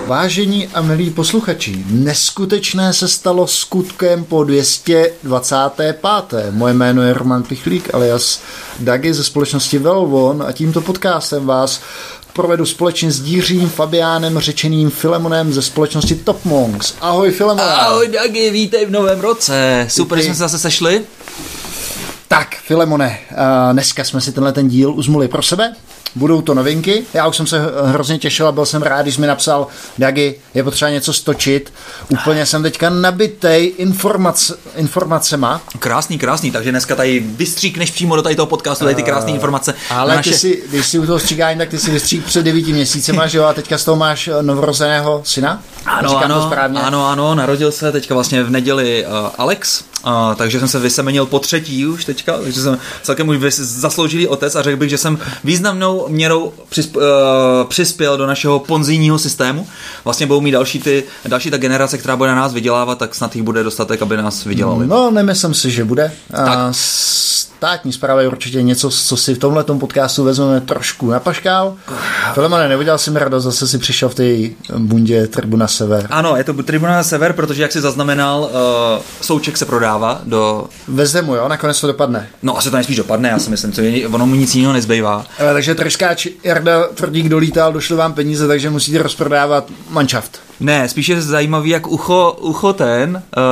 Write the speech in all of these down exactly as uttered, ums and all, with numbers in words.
Vážení a milí posluchači, neskutečné se stalo skutkem po dvě stě dvacáté páté Moje jméno je Roman Pichlík alias Dagi ze společnosti Velvon a tímto podcastem vás provedu společně s Jiřím Fabiánem, řečeným Filemonem ze společnosti Top Monks. Ahoj Filemone. Ahoj Dagi, vítej v novém roce. Super, že jsme se zase sešli. Tak, Filemone, dneska jsme si tenhle ten díl uzmuli pro sebe. Budou to novinky. Já už jsem se hrozně těšil a byl jsem rád, když mi napsal Dagi, je potřeba něco stočit. Úplně jsem teďka nabitej informac, informacema. Krásný, krásný, takže dneska tady vystříkneš přímo do tady toho podcastu, tady ty krásné informace. Ale naše... ty si, když si u toho stříkání, tak ty si vystřík před devíti měsícema, že jo? A teďka z toho máš novorozeného syna? Ano, Říkám ano, to správně? ano, ano, narodil se teďka vlastně v neděli uh, Alex, uh, takže jsem se vysemenil po třetí už teďka, takže jsem celkem už vys- zasloužilý otec a řekl bych, že jsem významnou měrou přisp- uh, přispěl do našeho ponzijního systému. Vlastně budou mít další, ty, další ta generace, která bude na nás vydělávat, tak snad jich bude dostatek, aby nás vydělali. No, nemyslím si, že bude. Tak. Státní správa je určitě něco, co si v tomhletom podcastu vezmeme trošku na paškál. Filemone, neudělal si mi radost, zase si přišel v té bundě Tribuna Sever. Ano, je to Tribuna Sever, protože jak jsi zaznamenal, uh, souček se prodává do... Ve Zemu, jo? Nakonec to dopadne. No asi to nejspíš dopadne, já si myslím, co je, ono mu nic jiného nezbývá. E, takže tržkáč Jarda Tvrdík dolítal, došly vám peníze, takže musíte rozprodávat manšaft. Ne, spíš je zajímavý, jak ucho, ucho ten, uh,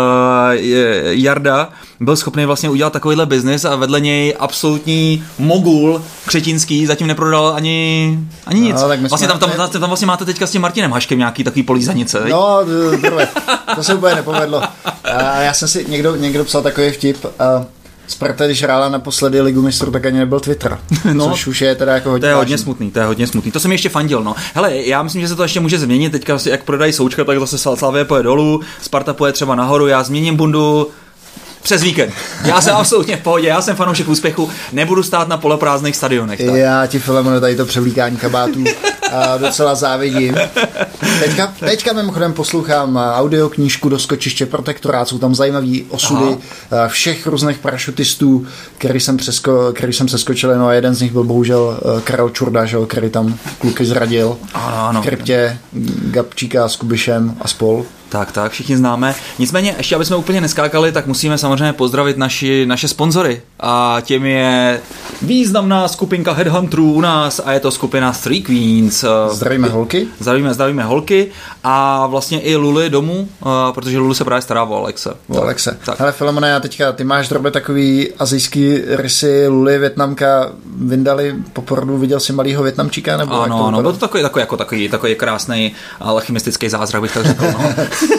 Jarda, byl schopný vlastně udělat takovýhle biznis a vedle něj absolutní mogul Křetínský zatím neprodal ani, ani nic. No, vlastně tam, tam, tam, tam vlastně máte teďka s tím Martinem Haškem nějaký takový polízanice. No, prvé, to se úplně nepovedlo. A já jsem si, někdo, někdo psal takový vtip, a Sparta, když hrála naposledy Ligu mistrů, tak ani nebyl Twitter, no, což už je teda jako hodně To je hodně vážný. smutný, to je hodně smutný. To jsem ještě fandil, no. Hele, já myslím, že se to ještě může změnit, teďka jak prodají Součka, tak zase Slavie poje dolů, Sparta poje třeba nahoru, já změním bundu přes víkend. Já jsem absolutně v pohodě, já jsem fanoušek úspěchu, nebudu stát na poloprázdných stadionech. Tak. Já ti, Filemone, tady to převlíkání kabátů a docela závidím. Teďka, teďka mimochodem poslouchám audioknížku Do skočiště protektorát, jsou tam zajímavý osudy Aha. všech různých parašutistů, který jsem, přesko, který jsem přeskočil, no a jeden z nich byl bohužel Karel Čurda, že, který tam kluky zradil ano, ano. v kryptě Gabčíka s Kubišem a spol. Tak, tak, všichni známe. Nicméně, ještě aby jsme úplně neskákali, tak musíme samozřejmě pozdravit naši, naše sponzory. A tím je významná skupinka headhunterů u nás a je to skupina Three Queens. Zdravíme holky. Zdravíme, zdravíme holky a vlastně i Luli domů, protože Lulu se právě stará o Alexe. O Alexe. Tak. Hele Filemone, já teďka, ty máš drobě takový asijský rysy, Luli, Vietnamka, vyndali po porodu, viděl jsi malýho Vietnamčíka? Nebo ano, ano, byl to takový, takový, jako takový, takový krásný alchymistický zázrak, bych tak řekl, no.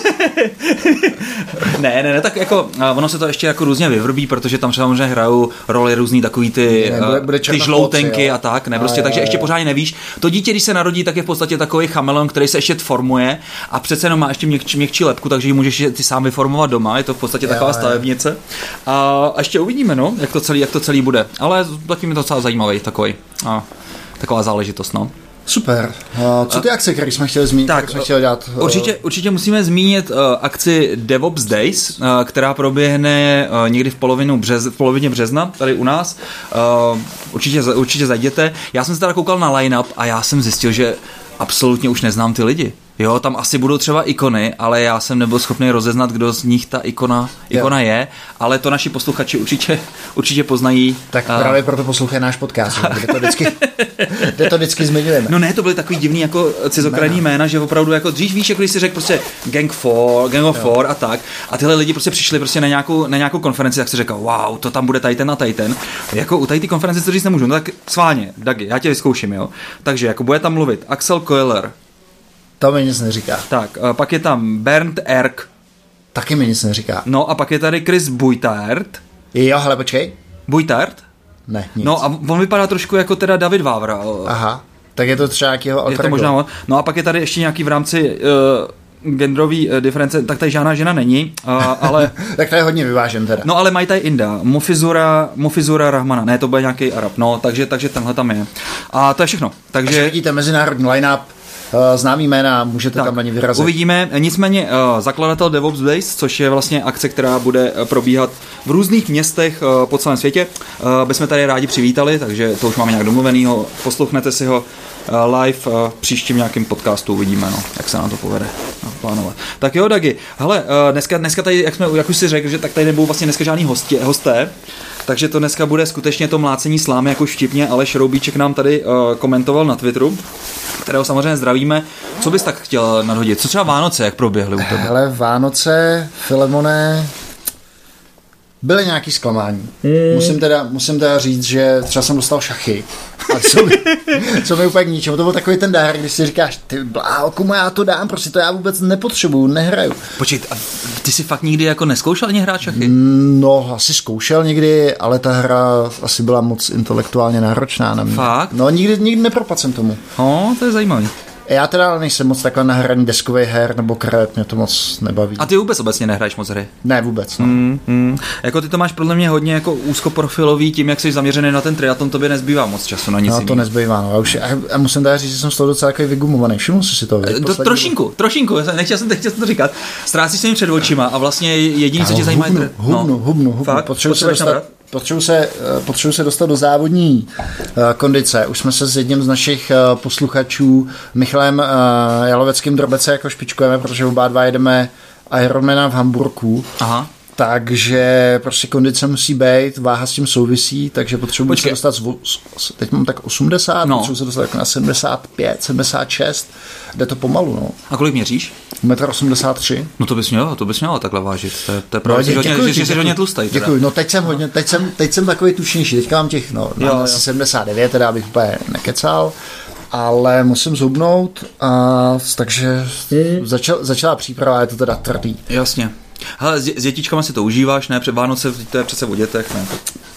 ne, ne, ne, tak jako ono se to ještě jako různě vyvrbí, protože tam samozřejmě hrajou roli různý takový ty, ne, bude, bude ty žloutenky jo. a tak, ne, prostě, a takže je, ještě pořádně nevíš. To dítě, když se narodí, tak je v podstatě takový chameleon, který se ještě formuje a přece jenom má ještě měkčí, měkčí lepku, takže ji můžeš ty sám vyformovat doma, je to v podstatě jo, taková stavebnice. A, a ještě uvidíme, no, jak to celý, jak to celý bude, ale zatím je to docela zajímavý takový, a, taková záležitost, no. Super. Co ty akce, které jsme chtěli zmínit? Tak, jsme chtěli dělat? Určitě, určitě musíme zmínit uh, akci DevOps Days, uh, která proběhne uh, někdy v, polovinu břez, v polovině března tady u nás. Uh, určitě, určitě zajděte. Já jsem se teda koukal na line-up a já jsem zjistil, že absolutně už neznám ty lidi. Jo, tam asi budou třeba ikony, ale já jsem nebyl schopný rozeznat, kdo z nich ta ikona, ikona je, ale to naši posluchači určitě, určitě poznají. Tak právě uh, proto poslouchají náš podcast, kde to vždycky, kde to vždycky zmiňujeme. No ne, to byly takový divný jako cizokrajný jména, že opravdu jako dřív víš, jako když si řekl prostě Gang four, Gang of jo. Four a tak a tyhle lidi prostě přišli prostě na nějakou, na nějakou konferenci, tak si řekl, wow, to tam bude tady ten a tady ten. Jako u tady ty konference to říct nemůžu, no tak sválně, Dagi, já tě vyzkouším, jo. Takže jako bude tam mluvit Axel Koehler. To mi nic neříká. Tak, pak je tam Bernd Erk. Taky mi nic neříká. No a pak je tady Chris Buytaert. Jo, hele, počkej. Buytaert? Ne, nic. No a on vypadá trošku jako teda David Vávra. Aha, tak je to třeba nějakého alter ego. možná. No a pak je tady ještě nějaký v rámci uh, genderový uh, diference, tak tady žádná žena není, uh, ale... tak to je hodně vyvážen teda. No ale mají tady Inda, Mufizura, Mufizura Rahmana, ne, to bude nějaký Arab, no, takže, takže tenhle tam je. A to je všechno. Takže... Až vidíte mezinárodní line-up, známý jména, můžete tak, tam na ně vyrazit. Uvidíme, nicméně uh, zakladatel DevOps Days, což je vlastně akce, která bude probíhat v různých městech uh, po celém světě, uh, bychom tady rádi přivítali, takže to už máme nějak domluvenýho, poslouchnete si ho live v příštím nějakým podcastu uvidíme, no, jak se nám to povede plánovat. Tak jo, Dagi, hele, dneska, dneska tady, jak, jsme, jak už si řekl, že tak tady nebudou vlastně dneska žádný hostě, hosté, takže to dneska bude skutečně to mlácení slámy jako vtipně. Aleš Roubíček nám tady uh, komentoval na Twitteru, kterého samozřejmě zdravíme. Co bys tak chtěl nadhodit? Co třeba Vánoce, jak proběhly u tebe? Hele, Vánoce, Filemone, byly nějaký zklamání. Mm. Musím, teda, musím teda říct, že třeba jsem dostal šachy. A co mi, co mi úplně k ničemu. To byl takový ten dár, když si říkáš, ty bláho, komu já to dám, prostě to já vůbec nepotřebuju, nehraju. Počkej, a ty jsi fakt nikdy jako neskoušel ani hrát šachy? No, asi zkoušel někdy, ale ta hra asi byla moc intelektuálně náročná na mě. Fakt? No, nikdy, nikdy nepropadl jsem tomu. No, to je zajímavý. Já teda nejsem moc takhle na hraní deskových her nebo karet, mě to moc nebaví. A ty vůbec obecně nehraješ moc hry? Ne, vůbec, no. Mm, mm. Jako ty to máš podle mě hodně jako úzkoprofilový, tím, jak jsi zaměřený na ten triatlon, tobě nezbývá moc času na nic. No, to nezbývá, no. Já, už, já musím teda říct, že jsem z toho docela takový vygumovaný. Všiml jsi si to? E, to trošinku, dobu. trošinku, nechtěl jsem, nechtěl jsem to říkat. Ztrácíš se jim před očima a vlastně jediný, co tě zajímá je... Hubnu, hubnu, hubnu, hubnu. Potřebuji se dostat... Potřebuji se, potřebuji se dostat do závodní uh, kondice. Už jsme se s jedním z našich uh, posluchačů, Michalem uh, Jaloveckým Drobece, jako špičkujeme, protože oba dva jedeme Ironmana v Hamburku. Aha. Takže prostě kondice musí být, váha s tím souvisí, takže potřebuji se dostat, z, teď mám tak osmdesát, no. Potřebuji se dostat jako na sedmdesát pět, sedmdesát šest, jde to pomalu, no. A kolik měříš? metr osmdesát tři. No to bys měl, to bys měl takhle vážit, to je, to je pravda, no, že, že jsi hodně tlustý. Děkuji, no teď jsem hodně, teď jsem, teď jsem takový tučnější, teďka mám těch, no, mám jo, asi jo. sedmdesát devět, teda abych úplně nekecal, ale musím zhubnout, a takže hmm. začal, začala příprava, je to teda tvrdý. Jasně. Hele, s dětičkama si to užíváš, ne? Před Vánoce, to je přece o dětech, ne?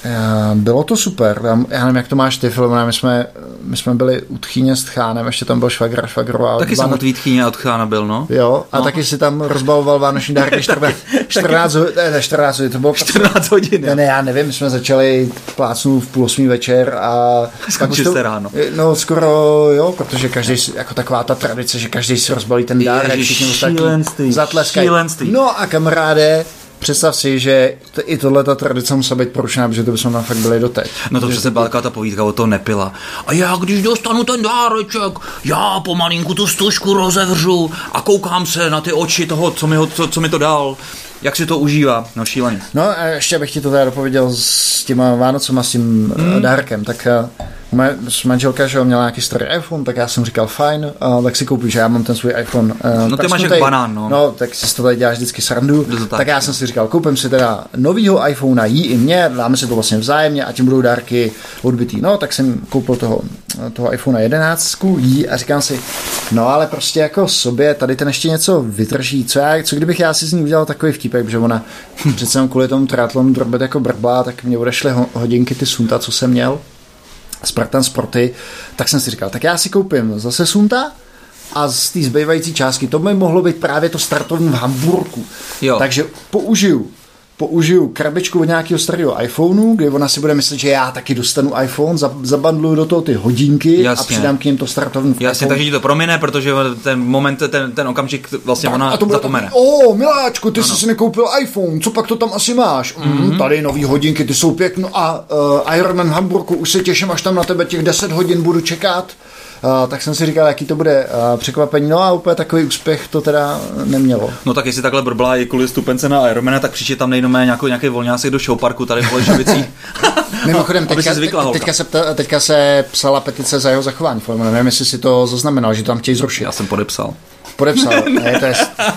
Bylo to super, já nevím, jak to máš ty, Filomena, my jsme, my jsme byli u tchýně s Tchánem, ještě tam byl švagr, švagrová. Taky jsem u tvý tchýně a od Tchána byl, no. Jo, a no. Taky si tam rozbaloval vánoční dárky čtrnáct hodin, ne, čtrnáct hodin, to bylo čtrnáct hodin, ne, ne, já nevím, my jsme začali plácnout v půl osmý večer a skončili jste ráno. No skoro, jo, protože každý, jako taková ta tradice, že každý si rozbalí ten dárek, všichni ostatní zatleskají. No a kamaráde, představ si, že t- i tohle ta tradice musela být porušená, protože to bychom tam fakt byli doteď. No to přece byla taková ta povídka o toho Nepila. A já, když dostanu ten dáreček, já pomalinku tu stužku rozevřu a koukám se na ty oči toho, co mi, ho, co, co mi to dal. Jak si to užívá? No šíleně. No a ještě bych ti to teda dopověděl s těma Vánocema, s tím hmm. dárkem. Tak moje manželka, že měla nějaký starý iPhone, tak já jsem říkal fajn, uh, tak si koupím, že já mám ten svůj iPhone. Uh, no ty máš jak banán, no. No, tak si to tady děláš vždycky srandu. Tak, tak já jsem si říkal, koupím si teda novýho iPhonea, jí i mě, dáme si to vlastně vzájemně a tím budou dárky odbitý. No, tak jsem koupil toho, toho iPhonea jedenáct jí a říkám si, no ale prostě jako sobě tady ten ještě něco vytrží. Co, já, co kdybych já si z ní udělal takový vtípek, protože ona přece jenom kvůli tomu triatlonu drobet jako brbla, tak mě odešly hodinky ty Sunta, co jsem měl. Spartan Sporty, tak jsem si říkal, tak já si koupím zase Sunta a z té zbývající částky, to by mohlo být právě to startovní v Hamburku. Jo. Takže použiju použiju krabičku od nějakého starého iPhoneu, kde ona si bude myslet, že já taky dostanu iPhone, zabandluju do toho ty hodinky. Jasně. A přidám k ním to startovní Jasně, takže ti to promine, protože ten moment, ten, ten okamžik vlastně tak, ona a to bude zapomene. Tak, o, miláčku, ty ano. jsi si nekoupil iPhone, co pak to tam asi máš? Mm-hmm. Mm, tady nový hodinky, ty jsou pěkné a uh, Ironman v Hamburku, už se těším, až tam na tebe těch deset hodin budu čekat. Uh, tak jsem si říkal, jaký to bude uh, překvapení, no a úplně takový úspěch to teda nemělo. No tak jestli takhle brblá i kvůli stupence na Ironmana, tak příště tam nejdeme nějaký, nějaký volňásek do showparku tady v Holešovicích. Mimochodem, teďka, teďka, se pta, teďka se psala petice za jeho zachování, nevím, jestli si to zaznamenal, že tam chtějí zrušit. Já jsem podepsal. Podepsal, ne, to je...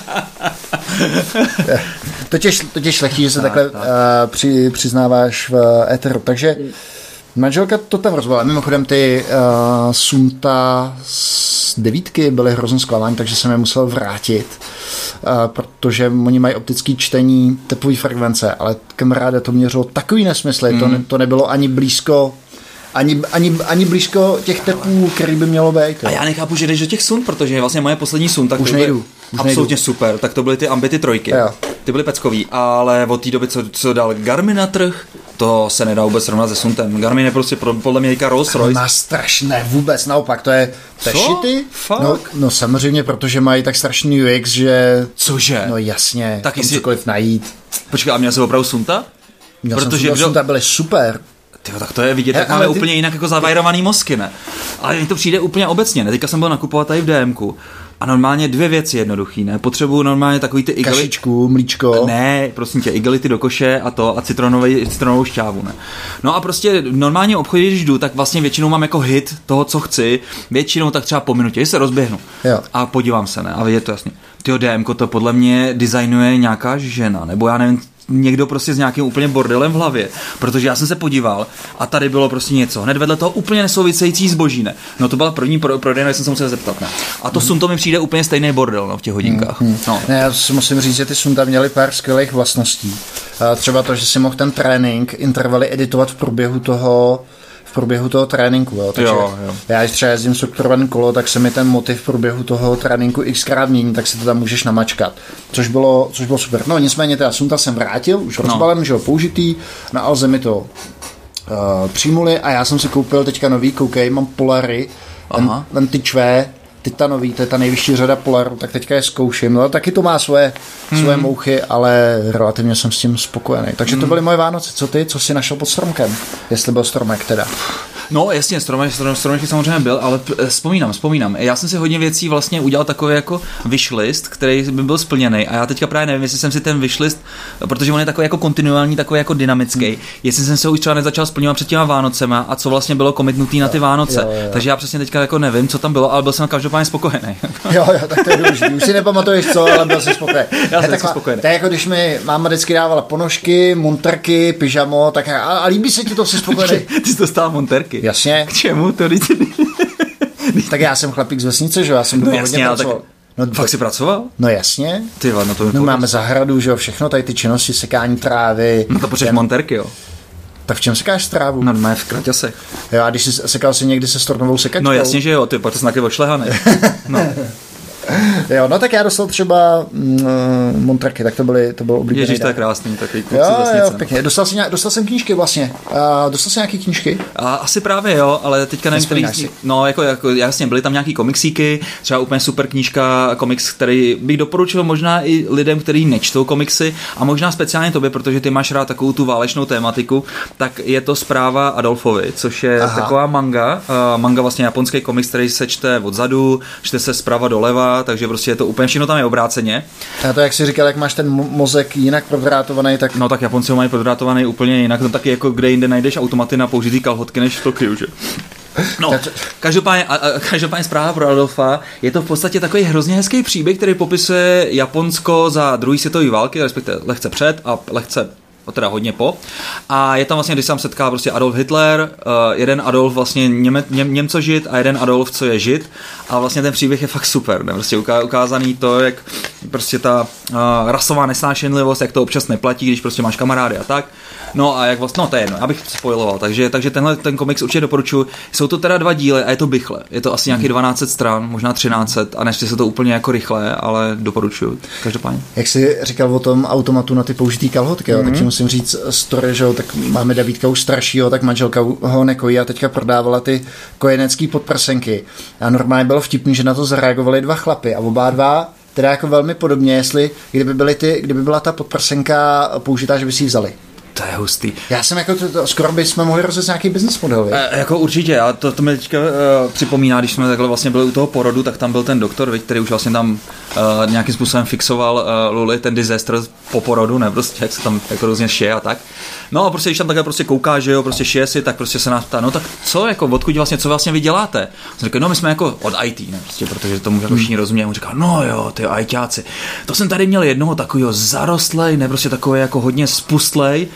Totiž, totiž lehký, že se tak, takhle tak. Uh, při, přiznáváš v éteru, takže manželka to tam rozvala. Mimochodem ty uh, Sunta z devítky byly hrozně zklamání, takže jsem je musel vrátit, uh, protože oni mají optické čtení tepové frekvence, ale kamaráde to měřilo takový nesmysly, mm. to, ne, to nebylo ani blízko Ani, ani, ani blízko těch tepů, který by mělo být. Jo. A já nechápu, že jdeš do těch Sun, protože vlastně moje poslední Sun, tak už to nejdu. Už absolutně nejdu. Super, tak to byly ty Ambity trojky. Jo. Ty byly peckový, ale od té doby, co, co dal Garmin na trh, to se nedá vůbec srovnat se Suntem. Garmin je prostě pro, podle mě teďka Rolls Royce. Má strašné, vůbec naopak, to je, to je šity. No, no samozřejmě, protože mají tak strašný U X, že... Cože? No jasně, tak tam cokoliv najít. Počkej, a měl jsi opravdu Sunta? Měl protože jsem Sunta, byly super. Tyjo, tak to je vidět, tak máme ty... úplně jinak jako zavajrovaný mozky, ne? Ale mi to přijde úplně obecně, ne? Teďka jsem byl nakupovat tady v DMku a normálně dvě věci jednoduchý, ne? Potřebuju normálně takový ty igely... Kašičku, mlíčko. Ne, prosím tě, igelity do koše a to a citronový, citronovou šťávu, ne? No a prostě normálně v obchodě, když jdu, tak vlastně většinou mám jako hit toho, co chci, většinou tak třeba po minutě, když se rozběhnu jo. a podívám se, ne? A vidět to jasně. Tyjo, DMko to podle mě designuje nějaká žena, nebo já nevím, někdo prostě s nějakým úplně bordelem v hlavě, protože já jsem se podíval a tady bylo prostě něco, hned vedle toho úplně nesouvisející zboží, ne? No to byla první pro, prodejna, jsem se musel zeptat, ne? A to mm. Sunto mi přijde úplně stejný bordel, no, v těch hodinkách. Mm. No. Ne, já si musím říct, že ty Sunta měly pár skvělých vlastností. Třeba to, že si mohl ten trénink, intervaly editovat v průběhu toho v průběhu toho tréninku, jo. Takže jo, jo. já když třeba jezdím strukturovaný kolo, tak se mi ten motiv v průběhu toho tréninku xkrát mění, tak si to tam můžeš namačkat, což bylo, což bylo super. No nicméně teda Sunta jsem vrátil, už rozbalen, no. že ho použitý, na Alze mi to uh, přijmuli a já jsem si koupil teďka nový, koukej, mám Polary, ten, ten tyčvé, titanový, to je ta nejvyšší řada Polaru, tak teďka je zkouším. No, taky to má svoje, mm. svoje mouchy, ale relativně jsem s tím spokojený. Takže to byly moje Vánoce. Co ty? Co jsi našel pod stromkem? Jestli byl stromek teda. No jasně, stromek, stromek, stromek samozřejmě byl, ale vzpomínám, vzpomínám. Já jsem si hodně věcí vlastně udělal takový jako wishlist, který by byl splněný a já teďka právě nevím, jestli jsem si ten wishlist, protože on je takový jako kontinuální, takový jako dynamický, hmm. jestli jsem se už třeba nezačal splňovat před těma Vánocema a co vlastně bylo komitnutý na ty Vánoce. Jo, jo, jo. Takže já přesně teďka jako nevím, co tam bylo, ale byl jsem každopádně spokojený. Jo, jo, tak to je důležitý. Už si nepamatuješ co, ale byl jsem spokojený. Já jsem tak spokojený. To je jako když mi máma vždycky dávala ponožky, monterky, pyžamo, tak a, a líbí se ti to, jsi spokojený. Ty jsi dostal monterky. Jasně. K čemu to? Tak já jsem chlapík z vesnice, že jo, já jsem doma no hodně pracoval. No, fakt jsi pracoval? No jasně. Ty, no to no, máme zahradu, že jo, všechno, tady ty činnosti, sekání trávy. No to počeš ten... monterky, jo. Tak v čem sekáš trávu? No, no, v kraťasech. Jo, a když jsi sekal si někdy se stornovou sekačkou? No jasně, že jo, ty, pak to jsi taky odšlehaný. No. Jo, no tak já dostal třeba mm, monterky, tak to byly, to bylo oblíbený. Ježíš, to je krásný, takový kluci jo, vesnice. Jo, pěkně. Dostal, si, dostal jsem knížky vlastně. Uh, dostal jsem nějaký knížky? A, asi právě jo, ale teďka nevím, který, no jako, jako jasně, byly tam nějaký komiksíky, třeba úplně super knížka, komiks, který bych doporučil možná i lidem, kteří nečtou komiksy a možná speciálně tobě, protože ty máš rád takovou tu válečnou tématiku, tak je to Zpráva Adolfovi, což je Aha. taková manga, uh, manga vlastně japonský komiks, který se čte odzadu, čte se zprava doleva, takže prostě je to úplně všechno tam je obráceně. A to, jak jsi říkal, jak máš ten mozek jinak prodrátovaný, tak... No tak Japonci ho mají prodrátovaný úplně jinak, no taky jako kde jinde najdeš automaty na použitý kalhotky než v Tokiu, že? No, každopádně, a, a, každopádně Zpráva pro Adolfa je to v podstatě takový hrozně hezký příběh, který popisuje Japonsko za druhé světové války, respektive lehce před a lehce teda hodně po. A je tam vlastně, když se tam setká prostě Adolf Hitler, uh, jeden Adolf vlastně Něme, Něm, Němco žid a jeden Adolf, co je žid. A vlastně ten příběh je fakt super. Ne? Prostě ukázaný to, jak prostě ta uh, rasová nesnášenlivost, jak to občas neplatí, když prostě máš kamarády a tak. No a jak vlastně, no to je jedno, abych spoiloval. Takže, takže tenhle ten komiks určitě doporučuji. Jsou to teda dva díly a je to bychle. Je to asi nějaký dvanáct set stran, možná třináct set a nečte se to úplně jako rychle, ale doporučuji. Každopádně. Jak jsi říkal o tom automatu na ty použitý kalhotky, mm-hmm. takže musím říct story, že tak máme Davídka už staršího, tak manželka ho nekojí a teďka prodávala ty kojenecký podprsenky. A normálně bylo vtipný, že na to zareagovali dva chlapy a oba dva teda jako velmi podobně, jestli kdyby, byly ty, kdyby byla ta podprsenka použitá, že by si ji vzali. To je hustý. Já jsem jako, to, to, skoro bychom mohli rozjet nějaký business model. E, jako určitě, a to, to mi teďka uh, připomíná, když jsme takhle vlastně byli u toho porodu, tak tam byl ten doktor, viď, který už vlastně tam uh, nějakým způsobem fixoval uh, Luli, ten disaster po porodu, ne, prostě, jak se tam jako různě šije a tak. No a prostě, když tam takhle prostě kouká, že jo, prostě šije si, tak prostě se nás ptá, no tak co, jako, odkud vlastně, co vlastně vy děláte? Jsem říkal, no my jsme jako od í té, ne, prostě, protože tomu jako všichni rozumějí. On říká, no jo, ty ajťáci, to jsem tady měl jednoho takového zarostlej, ne, prostě takový jako hodně spustlej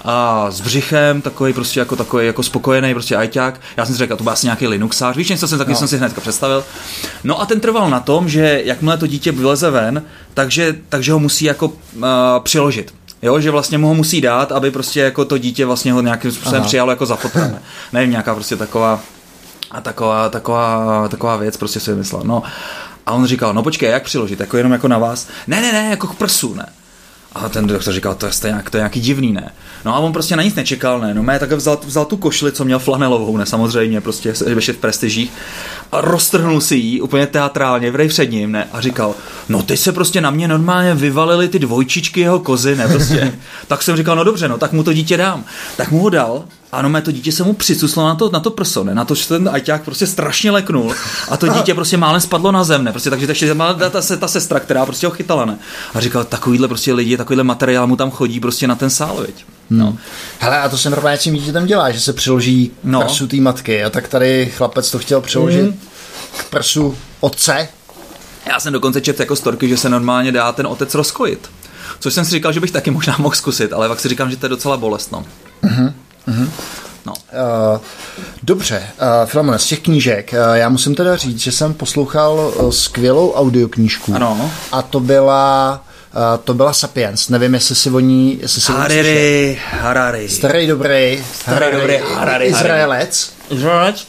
a s břichem, takový prostě jako takový jako spokojený prostě ajťák. Já jsem si řekl, to byl asi nějaký Linuxář, víš, něco jsem taky no. jsem si hnedka představil. No a ten trval na tom, že jakmile to dítě vyleze ven, takže, takže ho musí jako uh, přiložit. Jo, že vlastně mu ho musí dát, aby prostě jako to dítě vlastně ho nějakým způsobem Aha. přijalo jako za fotrem. Nevím, nějaká prostě taková a taková, taková, taková věc prostě si vymyslel. No a on říkal, no počkej, jak přiložit, jako jenom jako na vás? Ne, ne, ne, jako k prsu, ne. A ten doktor říkal, to je, nějak, to je nějaký divný, ne. No a on prostě na nic nečekal, ne. No mé tak vzal, vzal tu košli, co měl flanelovou, ne, samozřejmě, prostě ještě v prestižích a roztrhnul si ji úplně teatrálně, vrej před ním, ne. A říkal, no ty se prostě na mě normálně vyvalily ty dvojčičky jeho kozy, ne, prostě. Tak jsem říkal, no dobře, no tak mu to dítě dám. Tak mu ho dal ano, mé to dítě se mu přisuslo na to, na to prso, ne? Na to, že ten ajťák prostě strašně leknul a to dítě prostě málem spadlo na zem, ne? Prostě, takže ještě ta, ta, ta sestra, která prostě ho chytala, ne? A říkal, takovýhle prostě lidi, takovýhle materiál mu tam chodí prostě na ten sál, viď? No. Hmm. Hele, a to se normálně tím dítětem dělá, že se přiloží k no. prsu té matky, a tak tady chlapec to chtěl přiložit hmm. k prsu otce. Já jsem dokonce četl jako storky, že se normálně dá ten otec rozkojit. Což jsem si říkal, že bych taky možná mohl zkusit, ale pak si říkám, že to je docela bolestno. Mhm. Mhm. No. Uh, dobře, uh, Filemone, z těch knížek, uh, já musím teda říct, že jsem poslouchal uh, skvělou audioknížku. Ano. A to byla uh, to byla Sapiens. Nevím, jestli si o ní jestli si Harari, Harari. Starý dobrý, Starý dobrý Harari. Izraelec. Izraelec.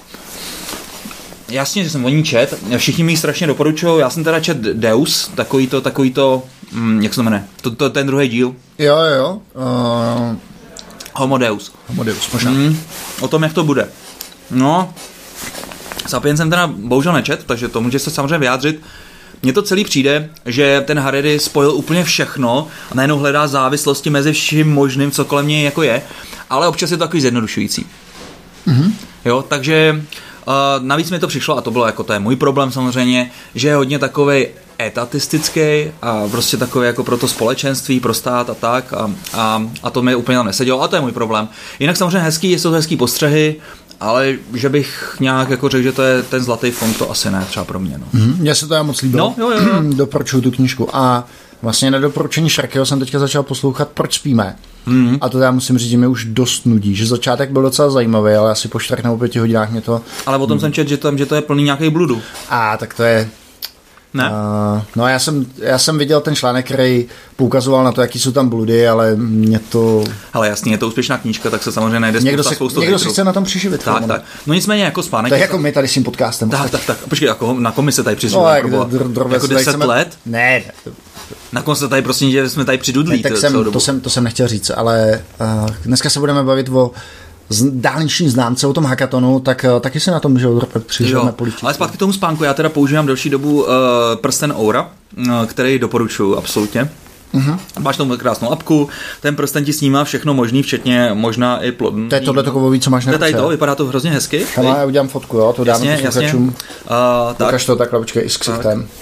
Jasně, že jsem o ní čet, všichni mi ji strašně doporučují, já jsem teda čet Deus, takový to, takový to, hm, jak se to jmenuje, to, to, ten druhý díl. Jo, jo. Uh... Homo Deus. Homo Deus, možná. Mm, o tom, jak to bude. No, Sapiens jsem teda bohužel nečet, takže to může se samozřejmě vyjádřit. Mně to celý přijde, že ten Harari spojil úplně všechno a najednou hledá závislosti mezi vším možným, co kolem něj jako je, ale občas je to takový zjednodušující. Mm-hmm. Jo, takže uh, navíc mi to přišlo, a to bylo jako, to je můj problém samozřejmě, že je hodně takovej etatistický a prostě takový jako pro to společenství, pro stát a tak a, a, a to mi úplně tam nesedělo a to je můj problém. Jinak samozřejmě hezký, jsou to hezký postřehy, ale že bych nějak jako řekl, že to je ten zlatý fond, to asi ne třeba pro mě. No. Mm, mně se to já moc líbilo. No, jo, jo, jo. Doporučuju tu knížku a vlastně na doporučení Šrakyho jsem teďka začal poslouchat Proč spíme. Mm. A to já musím říct, že mě už dost nudí, že začátek byl docela zajímavý, ale asi po čtyřech nebo pěti hodinách mě to... Ale potom mm. jsem četl, že, tam, že to je plný nějakých bludů. A tak to je... Ne? Uh, no já jsem, já jsem viděl ten článek, který poukazoval na to, jaký jsou tam bludy, ale mě to... Ale jasně, je to úspěšná knížka, tak se samozřejmě najde někdo spousta, si, spoustu Někdo si chce na tom přiživit. Tak, tak. No nicméně jako spánek... To je jako my tady s tím podcastem. Tak, tak, tak. Počkej, jako na komi se tady přiživil? No, jak, dr, dr, jako deset chceme... let? Ne, ne. Na konci se tady prostě že jsme tady přidudlí. Tak jsem, to, jsem, to jsem nechtěl říct, ale uh, dneska se budeme bavit o dálniční známce, o tom hackatonu, tak taky se na tom můžou přižijeme poličit. Ale zpátky k tomu spánku, já teda používám delší dobu uh, prsten Oura, uh, který doporučuji absolutně. Uh-huh. Máš tomu krásnou apku, ten prsten ti snímá všechno možný, včetně možná i plodný. To je tohle kovový, co máš na ruce. To je tady to, vypadá to hrozně hezky. Tam já udělám fotku, jo, to dáme posluchačům. Uh, Ukaž to takhle, počkej, i s ksichtem. Tak.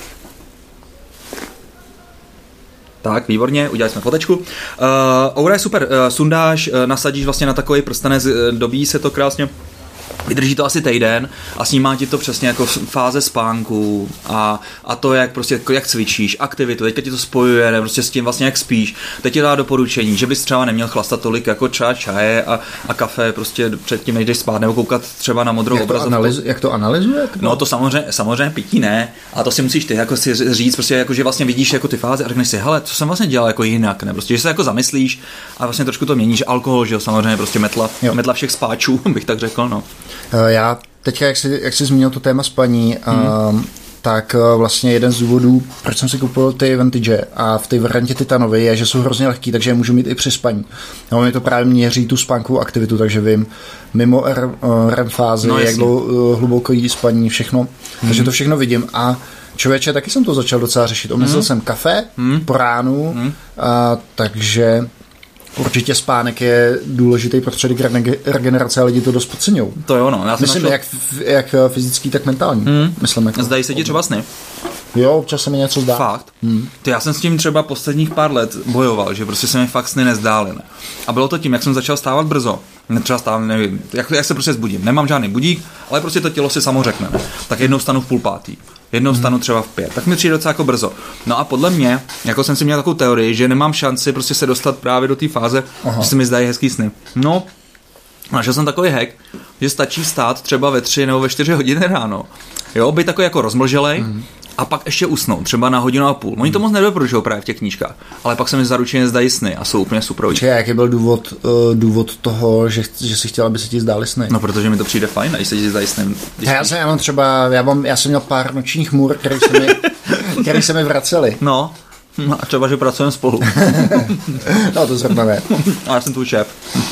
Tak, výborně, udělali jsme fotečku. Uh, Oura je super, uh, sundáš, uh, nasadíš vlastně na takový prstenec, uh, dobíjí se to krásně, vydrží to asi týden a snímá ti to přesně jako fáze spánku a, a to, jak prostě jak cvičíš, aktivitu, teďka ti to spojuje, ne, prostě s tím vlastně jak spíš. Teď ti dá doporučení, že bys třeba neměl chlastat tolik jako třeba čaje a, a kafe prostě předtím, než jdeš spát, nebo koukat třeba na modrou obrazovku. Analyz, jak to analyzuje? No to samozřejmě, samozřejmě pití ne, a to si musíš ty jako si říct, prostě jako, že vlastně vidíš jako ty fáze a řekneš si, hele, co jsem vlastně dělal jako jinak, ne, prostě, že se jako zamyslíš a vlastně trošku to měníš, alkohol, že jo, samozřejmě prostě metla, metla všech spáčů, bych tak řekl, no. Já teďka, jak jsi, jak jsi zmínil to téma spaní, hmm. um, tak vlastně jeden z důvodů, proč jsem si koupil ty Vantage a v té variantě Titanové je, že jsou hrozně lehký, takže je můžu mít i při spaní. No, mě to právě měří tu spánkovou aktivitu, takže vím mimo R E M fázi, no, jak hluboko jí spaní, všechno. Hmm. Takže to všechno vidím a člověče, taky jsem to začal docela řešit. Omezil hmm. jsem kafe hmm. po ránu, hmm. a, takže... Určitě spánek je důležitý prostředek regenerace a lidi to dost podceňují. To jo, no. Já Myslím, našel... jak, jak fyzický, tak mentální. Hmm. Myslím, jako... Zdají se ti třeba sny? Jo, občas se mi něco zdá. Fakt? Hmm. To já jsem s tím třeba posledních pár let bojoval, že prostě se mi fakt sny nezdály. Ne? A bylo to tím, jak jsem začal stávat brzo. Třeba stávat, nevím, jak, jak se prostě zbudím. Nemám žádný budík, ale prostě to tělo si samo řekne. Ne? Tak jednou stanu v půl pátý. Jednou hmm. stanu třeba v pět. Tak mi přijde docela jako brzo. No a podle mě, jako jsem si měl takovou teorii, že nemám šanci prostě se dostat právě do té fáze, Aha. že se mi zdají hezký sny. No, našel jsem takový hack, že stačí stát třeba ve tři nebo ve čtyři hodiny ráno. Jo, být takový jako rozmlželej, hmm. a pak ještě usnout, třeba na hodinu a půl. Oni to moc nedoporučují právě v těch knížkách, ale pak se mi zaručeně zdají sny a jsou úplně super. Čiže jaký byl důvod, uh, důvod toho, že, že si chtěla, aby se ti zdály sny? No, protože mi to přijde fajn, když se ti zdají sny. Já jsem, já mám třeba, já, mám, já jsem měl pár nočních můr, které se mi, které se mi vracely. No, a třeba, že pracujeme spolu. No, to zrovna ne. A já jsem tvůj šéf.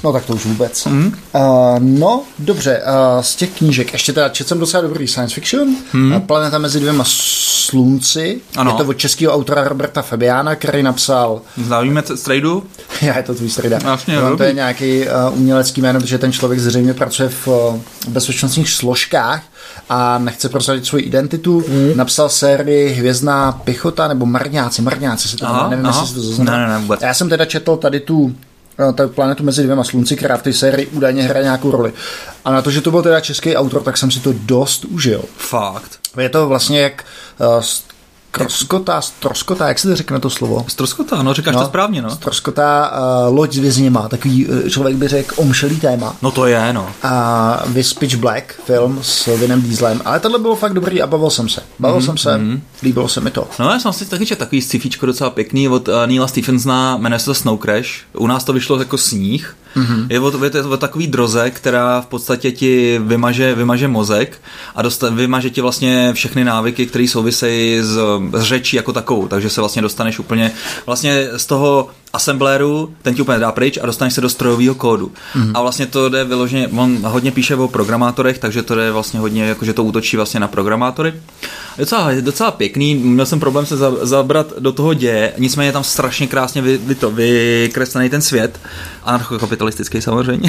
No tak to už vůbec. Mm. Uh, no, dobře, uh, z těch knížek, ještě teda četl jsem docela dobrý science fiction, mm. uh, Planeta mezi dvěma slunci, ano. Je to od českého autora Roberta Fabiana, který napsal... Znávíme strejdu? Já, je to tvůj strejda. Vlastně, no, to je nějaký uh, umělecký jméno, protože ten člověk zřejmě pracuje v uh, bezpečnostních složkách a nechce prosadit svou identitu. Mm. Napsal sérii Hvězdná pěchota, nebo Marňáci, Marňáci se to aha, nevím, aha. jestli se to zaznamená. Ne, ne, ne, vůbec. Já jsem teda četl tady tu ta Planetu mezi dvěma slunci, která v té sérii údajně hraje nějakou roli. A na to, že to byl teda český autor, tak jsem si to dost užil. Fakt. Je to vlastně jak uh, Stroskota, stroskota, jak se to řekne to slovo? Stroskota, no říkáš no, to správně, no. Stroskota, uh, loď s vězněma, takový uh, člověk by řekl omšelý téma. No to je, no. A uh, Vis Pitch Black, film s Vinem Dieselem, ale tohle bylo fakt dobrý a bavil jsem se. Bavil mm-hmm. jsem se, mm-hmm. líbilo se mi to. No já jsem si taky četl takový sci-fíčko docela pěkný od uh, Neila Stephensona, jmenuje se to Snow Crash, u nás to vyšlo jako sníh. Mm-hmm. Je o, je to o takový droze, která v podstatě ti vymaže, vymaže mozek a dosta, vymaže ti vlastně všechny návyky, které souvisejí s, s řečí jako takovou, takže se vlastně dostaneš úplně vlastně z toho assembléru, ten ti úplně dá pryč a dostaneš se do strojového kódu. Mm-hmm. A vlastně to jde vyloženě, on hodně píše o programátorech, takže to jde vlastně hodně, jakože to útočí vlastně na programátory. Docela, docela pěkný, měl jsem problém se zabrat do toho děje, nicméně je tam strašně krásně vy, vy to, vykreslený ten svět, anarchokapitalistický samozřejmě.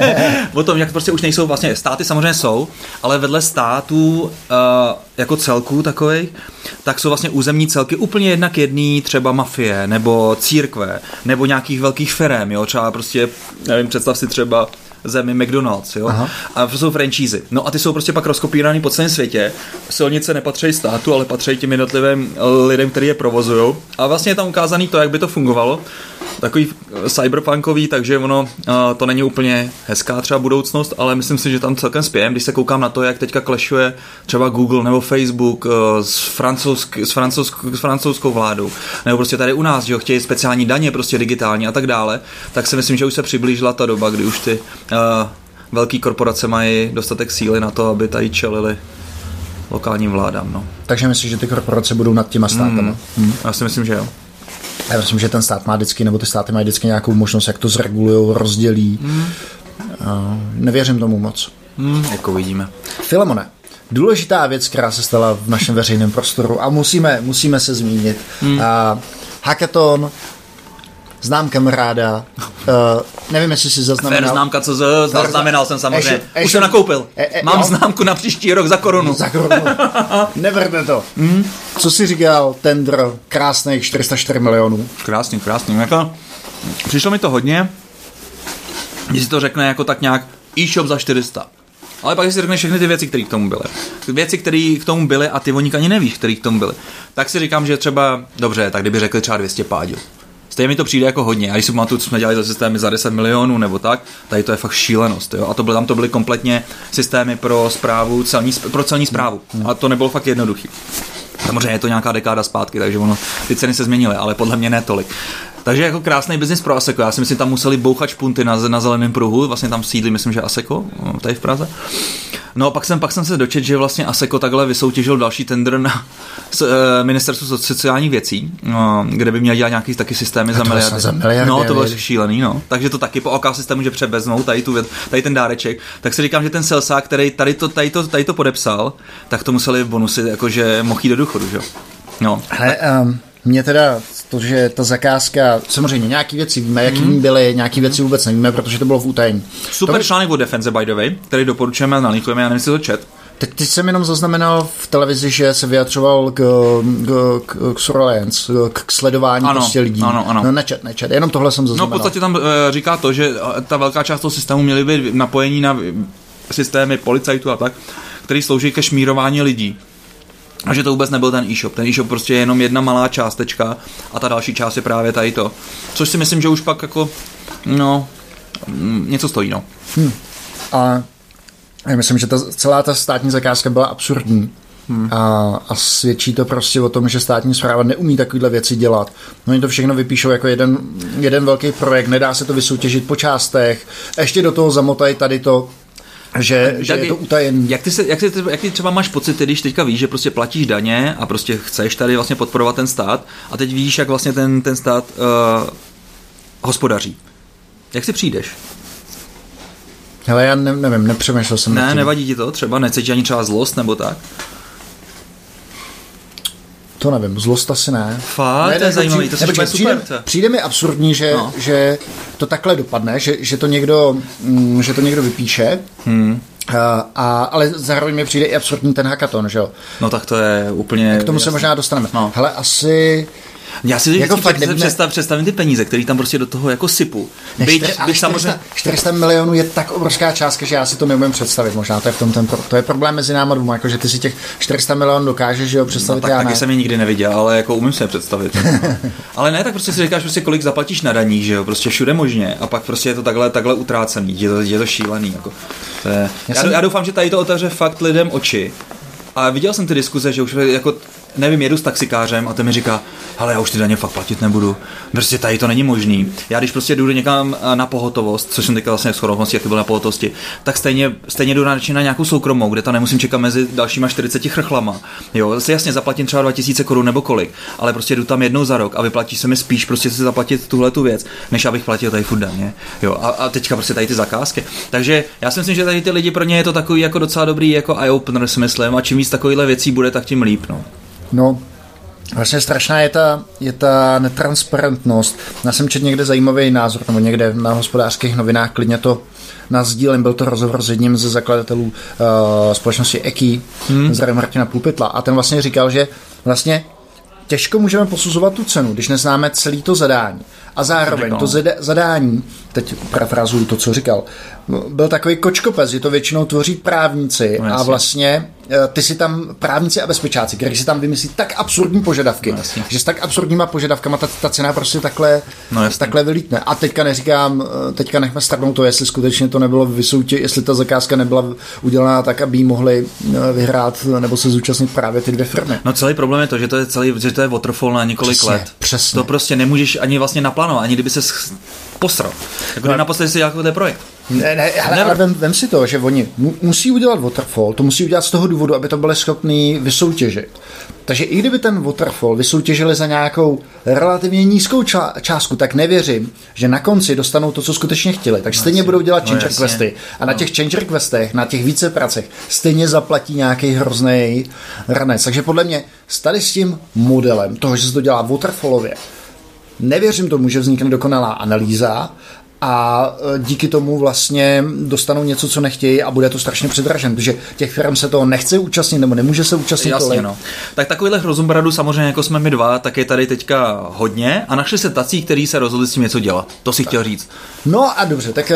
O tom, jak prostě už nejsou vlastně, státy samozřejmě jsou, ale vedle států uh, jako celků takových, tak jsou vlastně územní celky úplně jednak jedný, třeba mafie, nebo církve, nebo nějakých velkých firem, jo, třeba prostě, nevím, představ si třeba zemi McDonald's, jo. Aha. A to jsou franšízy. No a ty jsou prostě pak rozkopíraný po celém světě. Silnice nepatří státu, ale patří těm jednotlivým lidem, kteří je provozujou. A vlastně je tam ukázaný to, jak by to fungovalo. Takový cyberpunkový, takže ono to není úplně hezká třeba budoucnost, ale myslím si, že tam celkem spějem, když se koukám na to, jak teďka clashuje třeba Google nebo Facebook s, francouzsk, s, francouzsk, s francouzskou vládou, nebo prostě tady u nás, že jo, chtějí speciální daně, prostě digitální a tak dále, tak si myslím, že už se přiblížila ta doba, kdy už ty uh, velké korporace mají dostatek síly na to, aby tady čelili lokálním vládám. No. Takže myslíš, že ty korporace budou nad těma státama? Mm, mm. Já si myslím, že jo. Já myslím, že ten stát má vždycky, nebo ty státy mají vždycky nějakou možnost, jak to zregulujou, rozdělí. Mm. Uh, nevěřím tomu moc. Mm, jako vidíme. Filemone, důležitá věc, která se stala v našem veřejném prostoru a musíme, musíme se zmínit. Mm. Uh, hackathon, znám kamaráda, uh, nevím, jestli si zaznamenal. Fair známka, co z, zaznamenal jsem samozřejmě. Eši, eši, Už jsem nakoupil. E, e, Mám jo. známku na příští rok za korunu. Za korunu. Nevrne to. Mm. Co jsi říkal, tender krásných čtyři sta čtyři milionů. Krásný, krásný. Jako, přišlo mi to hodně, když si to řekne jako tak nějak e-shop za čtyři sta. Ale pak si řekneš všechny ty věci, které k tomu byly. Věci, které k tomu byly a ty oni ani nevíš, které k tomu byly. Tak si říkám, že třeba, dobře, tak kdyby řekli třeba dvě stě pádil. Stejně mi to přijde jako hodně. A když si pamatuju, co jsme dělali za systémy za deset milionů nebo tak, tady to je fakt šílenost. Jo? A to byly, tam to byly kompletně systémy pro správu, celní, pro celní správu. A to nebylo fakt jednoduchý. Samozřejmě je to nějaká dekáda zpátky, takže ono, ty ceny se změnily, ale podle mě ne tolik. Takže jako krásný biznis pro Asseco. Já si myslím, tam museli bouchat špunty na, na zeleném pruhu, vlastně tam sídlí, myslím, že Asseco, tady v Praze. No a pak jsem, pak jsem se dočet, že vlastně Asseco takhle vysoutěžil další tender na s, e, ministerstvu sociálních věcí, no, kde by měl dělat nějaký taky systémy za miliardy. za miliardy. No to bylo šílený, no. Takže to taky po O K systému, že převezmou tady, tu, tady ten dáreček. Tak si říkám, že ten salesák, který tady to, tady to, tady to podepsal, tak to museli v bonusy, jakože mohl jít do důchodu, že jo. No. Hele, um... Mně teda to, že ta zakázka, samozřejmě nějaký věci víme, jaký mm. byly, nějaký věci vůbec nevíme, protože to bylo v utajení. Super to... článek o Defense, by the way, který doporučujeme a nalinkujeme, já nevím, jestli to čet. Teď, teď jsem jenom zaznamenal v televizi, že se vyjadřoval k, k, k, k surveillance, k, k sledování ano, prostě lidí. Ano, ano. No nečet, nečet, jenom tohle jsem zaznamenal. No v podstatě tam e, říká to, že ta velká část toho systému měly být napojení na systémy policajtů a tak, který slouží ke šmírování lidí. A že to vůbec nebyl ten e-shop. Ten e-shop prostě je jenom jedna malá částečka a ta další část je právě tady to. Což si myslím, že už pak jako, no, něco stojí, no. Hmm. A já myslím, že ta, celá ta státní zakázka byla absurdní. Hmm. A, a svědčí to prostě o tom, že státní správa neumí takovýhle věci dělat. No oni to všechno vypíšou jako jeden, jeden velký projekt, nedá se to vysoutěžit po částech, ještě do toho zamotají tady to, že, že je to utajený. Jak ty, se, jak, ty, jak ty třeba máš pocit, když teďka víš, že prostě platíš daně a prostě chceš tady vlastně podporovat ten stát a teď víš, jak vlastně ten, ten stát uh, hospodaří. Jak si přijdeš? Hele, já ne, nevím, nepřemýšlel jsem. Ne, nevadí ti to? Třeba necítíš ani třeba zlost nebo tak? To nevím, zlost asi ne. Fakt, ne, to je zajímavý, to přijde, super. Přijde, přijde mi absurdní, že, no. že to takhle dopadne, že, že, to, někdo, mm, že to někdo vypíše, hmm. a, a, ale zároveň mi přijde i absurdní ten hackathon, že jo? No tak to je úplně... K tomu jasný. Se možná dostaneme. No. Hele, asi... Já si jako fakt nevíme... představ, představím ty peníze, které tam prostě do toho jako sypu. Byť, čtyři, byť čtyři sta, samozřejmě... čtyři sta milionů je tak obrovská částka, že já si to neumím představit. Možná to je v tom ten pro... to je problém mezi náma dvoma, jako že ty si těch čtyři sta milionů dokážeš, že jo, představit. No, tak, já taky ne. jsem je nikdy neviděl, ale jako umím se je představit. Ale ne, tak prostě si říkáš, prostě kolik zaplatíš na daních, že jo, prostě všude možně, a pak prostě je to takhle, takhle utrácený, je to, je to šílený, jako. To je... já, já, jsem... já doufám, že tady to otevře fakt lidem oči. A viděl jsem ty diskuze, že už jako nevím, jedu s taxikářem a ten mi říká, hele, já už ty daně fakt platit nebudu. Prostě tady to není možný. Já když prostě jdu někam na pohotovost, což jsem teďka vlastně s chodovností, jak byl na pohotovosti, tak stejně, stejně jdu na, na nějakou soukromou, kde tam nemusím čekat mezi dalšíma čtyřiceti chrchlama. Jo, zase jasně zaplatím třeba dva tisíce korun nebo kolik, ale prostě jdu tam jednou za rok a vyplatí se mi spíš prostě si zaplatit tuhle tu věc, než abych platil tady furt daně. Jo, a, a teďka prostě tady ty zakázky. Takže já si myslím, že tady ty lidi, pro ně je to takový jako docela dobrý jako eye opener, si myslím, a čím víc takovýhle věcí bude, tak tím líp, no. No, vlastně strašná je ta, je ta netransparentnost. Já jsem četl někde zajímavý názor, nebo někde na Hospodářských novinách, klidně to nasdílím, byl to rozhovor s jedním ze zakladatelů uh, společnosti E K I, hmm. z Martina Pulpitla, a ten vlastně říkal, že vlastně těžko můžeme posuzovat tu cenu, když neznáme celý to zadání. A zároveň to zadání, teď parafrázuju to, co říkal, byl takový kočkopes, že to většinou tvoří právníci no, a vlastně ty si tam právníci a bezpečáci, kteří si tam vymyslí tak absurdní požadavky, no, že s tak absurdníma požadavkama ta, ta cena prostě takhle, no, takhle vylítne. A teďka neříkám, teďka nechme strhnout to, jestli skutečně to nebylo vysoutěž, jestli ta zakázka nebyla udělaná tak, aby jí mohli vyhrát nebo se zúčastnit právě ty dvě firmy. No celý problém je to, že to je celý, že to je waterfall na několik přesně, let. Přesně. To prostě nemůžeš ani vlastně naplánovat, ani kdyby se posral. Jako no. Naposledy si dělal ten projekt. Ne, ne, ale, ale vem, vem si to, že oni mu, musí udělat waterfall, to musí udělat z toho důvodu, aby to byli schopní vysoutěžit. Takže i kdyby ten waterfall vysoutěžili za nějakou relativně nízkou ča- částku, tak nevěřím, že na konci dostanou to, co skutečně chtěli. Takže no, stejně jasně. budou dělat changer no, questy. A na no. těch changer questech, na těch více pracech, stejně zaplatí nějaký hrozný ranec. Takže podle mě tady s tím modelem toho, že se to dělá waterfallově, nevěřím tomu, že vznikne dokonalá analýza a díky tomu vlastně dostanou něco, co nechtějí, a bude to strašně předražen, protože těch firm se toho nechce účastnit nebo nemůže se účastnit. Jasně, no. Tak takovýhle rozumbradu samozřejmě, jako jsme my dva, tak je tady teďka hodně a našli se tací, kteří se rozhodli s tím něco dělat. To si tak. chtěl říct. No a dobře, tak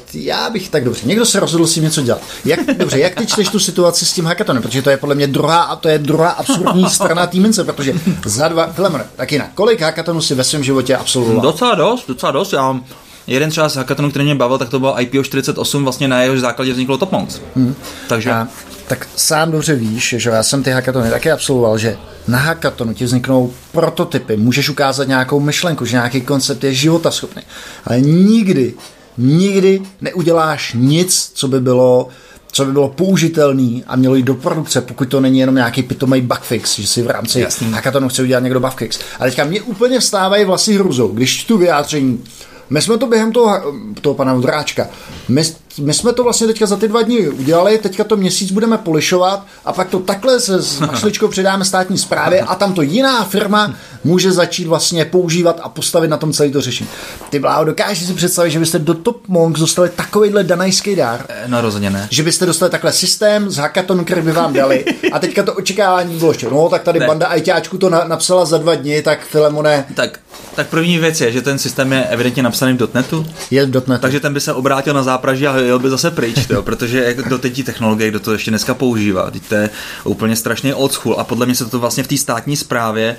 já bych tak dobře. Někdo se rozhodl s tím něco dělat. Jak, dobře, jak ty čteš tu situaci s tím hackathonem? Protože to je podle mě druhá, a to je druhá absurdní strana té mince, protože za dva, Filemone, tak jinak, kolik hackathonů si ve svém životě absolvoval? Docela dost, docela dost. Já jeden třeba z hackathonu, který mě bavil, tak to bylo I P O čtyřicet osm, vlastně na jeho základě vzniklo Topmonks. Hmm. Takže... A, tak sám dobře víš, že já jsem ty hackathony taky absolvoval, že na hackathonu ti vzniknou prototypy, můžeš ukázat nějakou myšlenku, že nějaký koncept je životaschopný, ale nikdy, nikdy neuděláš nic, co by bylo co by bylo použitelný a mělo jít do produkce, pokud to není jenom nějaký pitomej bugfix, že si v rámci Jasný. hackathonu chce udělat někdo bugfix. A teďka mě úplně vstávají vlasy hrůzou, když tu vyjádření. My jsme to během toho, toho pana Vondráčka, my, my jsme to vlastně teďka za ty dva dny udělali, teďka to měsíc budeme polišovat a pak to takhle se s mašličkou předáme státní správě a tam to jiná firma může začít vlastně používat a postavit na tom celý to řešení. Ty bláho, dokážeš si představit, že byste do Topmonks dostali takovýhle danajský dár? No rozhodně ne. Že byste dostali takhle systém z hackathonu, který by vám dali a teďka to očekávání bylo ještě, no tak tady ne. banda ajťáčku to na, napsala za dva dny, tak Filemone... Tak, tak první věc je, že ten systém je evidentně napsaný v dotnetu. Je v dotnetu. Takže ten by se obrátil na zápraží a jel by zase pryč, jo, protože do teď technologie, kdo to ještě dneska používá, teď to je úplně strašný old school a podle mě se to vlastně v té státní správě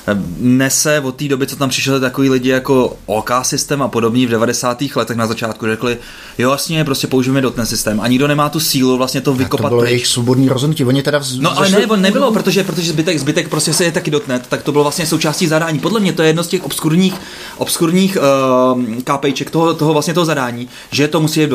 nese od té doby, co tam přišli takový lidi jako O K systém a podobní v devadesátých letech na začátku řekli, jo vlastně, prostě použijeme dotnet systém a nikdo nemá tu sílu vlastně to vykopat. Tak to bylo pryč. Jejich svobodný rozhodnutí, oni teda vz... No ale ne, on nebylo, protože, protože zbytek, zbytek prostě se je taky dotnet, tak to bylo vlastně součástí zadání. Podle mě to je jedno z těch obskurních, obskurních uh, kápejček toho, toho vlastně toho zadání, že to musí je v dotnetu. Ne,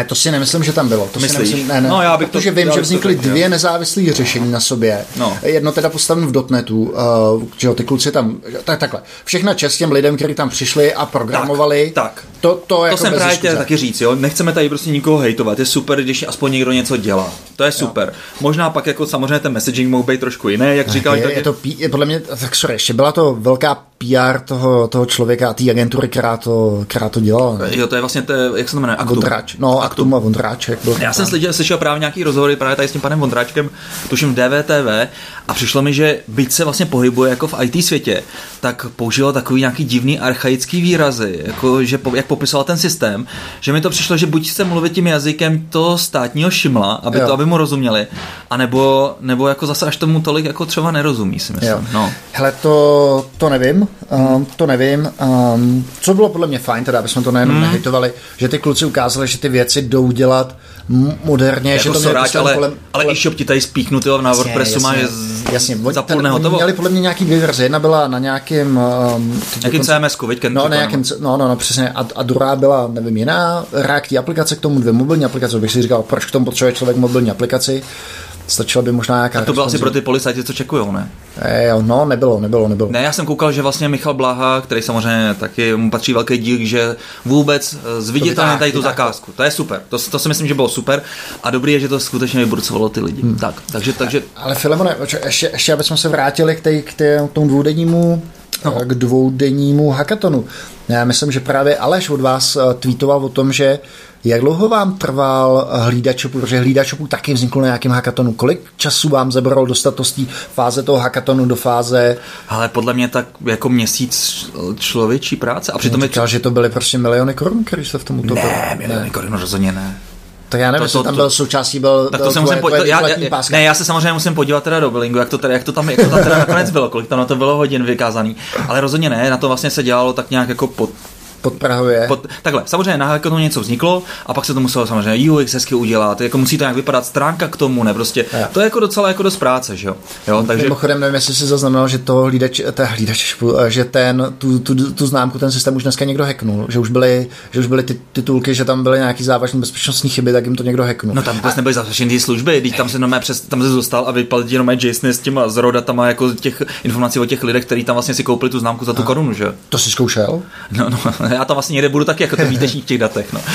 Ne, to si nemyslím, že tam bylo. To Myslíš? Si nemyslím, ne, ne, no, já bych protože to, vím, já že bych vznikly to dvě nezávislé řešení na sobě. No. Jedno teda postavené v dotnetu, uh, že jo, ty kluci tam, tak, takhle. Všechna čest těm lidem, kteří tam přišli a programovali. Tak, tak. To, to, to jako jsem právě chtěl taky říct, jo. Nechceme tady prostě nikoho hejtovat. Je super, když aspoň někdo něco dělá. To je super. Jo. Možná pak jako samozřejmě ten messaging mohl být trošku jiný, jak říkal. Je, tak je to, je podle mě, tak sorry, ještě byla to velká P R toho, toho člověka a té agentury, která to, která to dělala. Ne? Jo, to je vlastně, to je, jak se to jmenuje, Aktum. Vondráč. No, Aktum a Vondráček. Byl Já jsem slyšel, slyšel právě nějaký rozhovory právě tady s tím panem Vondráčkem, tuším v D V T V, a přišlo mi, že byť se vlastně pohybuje jako v í té světě, tak používal takový nějaký divný archaický výrazy, jako že po, jak popisoval ten systém, že mi to přišlo, že buď chce mluvit tím jazykem toho státního šimla, aby, to, aby mu rozuměli, anebo nebo jako zase až tomu tolik jako třeba nerozumí, si myslím. No. Hele, to, to nevím, um, to nevím. Um, co bylo podle mě fajn, teda, aby jsme to nejenom hmm. nehejtovali, že ty kluci ukázali, že ty věci jdou dělat moderně, jako že to soráč, ale, kolem, ale kolem... e-shop ti tady spíknutilo na WordPressu má je jasně, za půl dne hotovo. Měli podle mě nějaký dvě verze, jedna byla na nějakým um, nějakým C M S ku, no, na nějakým, no, no, no, přesně, a, a druhá byla, nevím, jiná, React aplikace k tomu, dvě mobilní aplikace, bych si říkal, proč k tomu potřebuje člověk mobilní aplikaci. Stačilo by možná nějaká... A to bylo asi pro ty policajti, co čekujou, ne? E, jo, no, nebylo, nebylo, nebylo. Ne, já jsem koukal, že vlastně Michal Bláha, který samozřejmě taky mu patří velký dík, že vůbec zviditelně tady tu zakázku. To je super, to, to si myslím, že bylo super a dobrý je, že to skutečně vyburcovalo ty lidi. Hmm. Tak, takže, takže... Ale Filemone, ještě, ještě abychom se vrátili k, tej, k, tej, k tomu dvoudennímu no. k dvoudennímu hackatonu. Já myslím, že právě Aleš od vás tweetoval o tom, že jak dlouho vám trval hlídač shopu, protože hlídač shopu taky vznikl na nějakém hackatonu. Kolik času vám zabralo dostat to z té fáze toho hackatonu do fáze... Ale podle mě tak jako měsíc člověčí práce. A přitom říkal, je... že to byly prostě miliony korun, který se v tom utopil. Ne, miliony korun rozhodně ne. Tak já nevím, jestli tam byl součástí, byl, tak to byl se musím tvoje, po, já, já, páska. Ne, já se samozřejmě musím podívat teda do billingu, jak to, teda, jak to tam, jak to tam teda nakonec bylo, kolik tam na to bylo hodin vykázaný. Ale rozhodně ne, na to vlastně se dělalo tak nějak jako pod podprahově. Pod, takhle, samozřejmě na hackatonu něco vzniklo a pak se to muselo samozřejmě U X hezky udělat, jako musí to nějak vypadat stránka k tomu, ne, prostě, ja. To je jako docela jako dost práce, že jo. jo takže... Mimochodem, nevím, jestli si zaznamenal, že to hlídač, ta hlídač, že ten, tu, tu, tu známku, ten systém už dneska někdo hacknul, že už byly, že už byly ty titulky, že tam byly nějaký závažné bezpečnostní chyby, tak jim to někdo hacknul. No tam vůbec a... nebyly závažné ty služby, když tam se normálně přes, tam se dostal a vypadl jenom JSON s těma s rodatama jako těch informací o těch lidech, kteří tam vlastně si koupili tu známku za tu a... korunu, že? To si zkoušel? No, no, já tam vlastně někde budu tak jako ten výtečník v těch datech, no.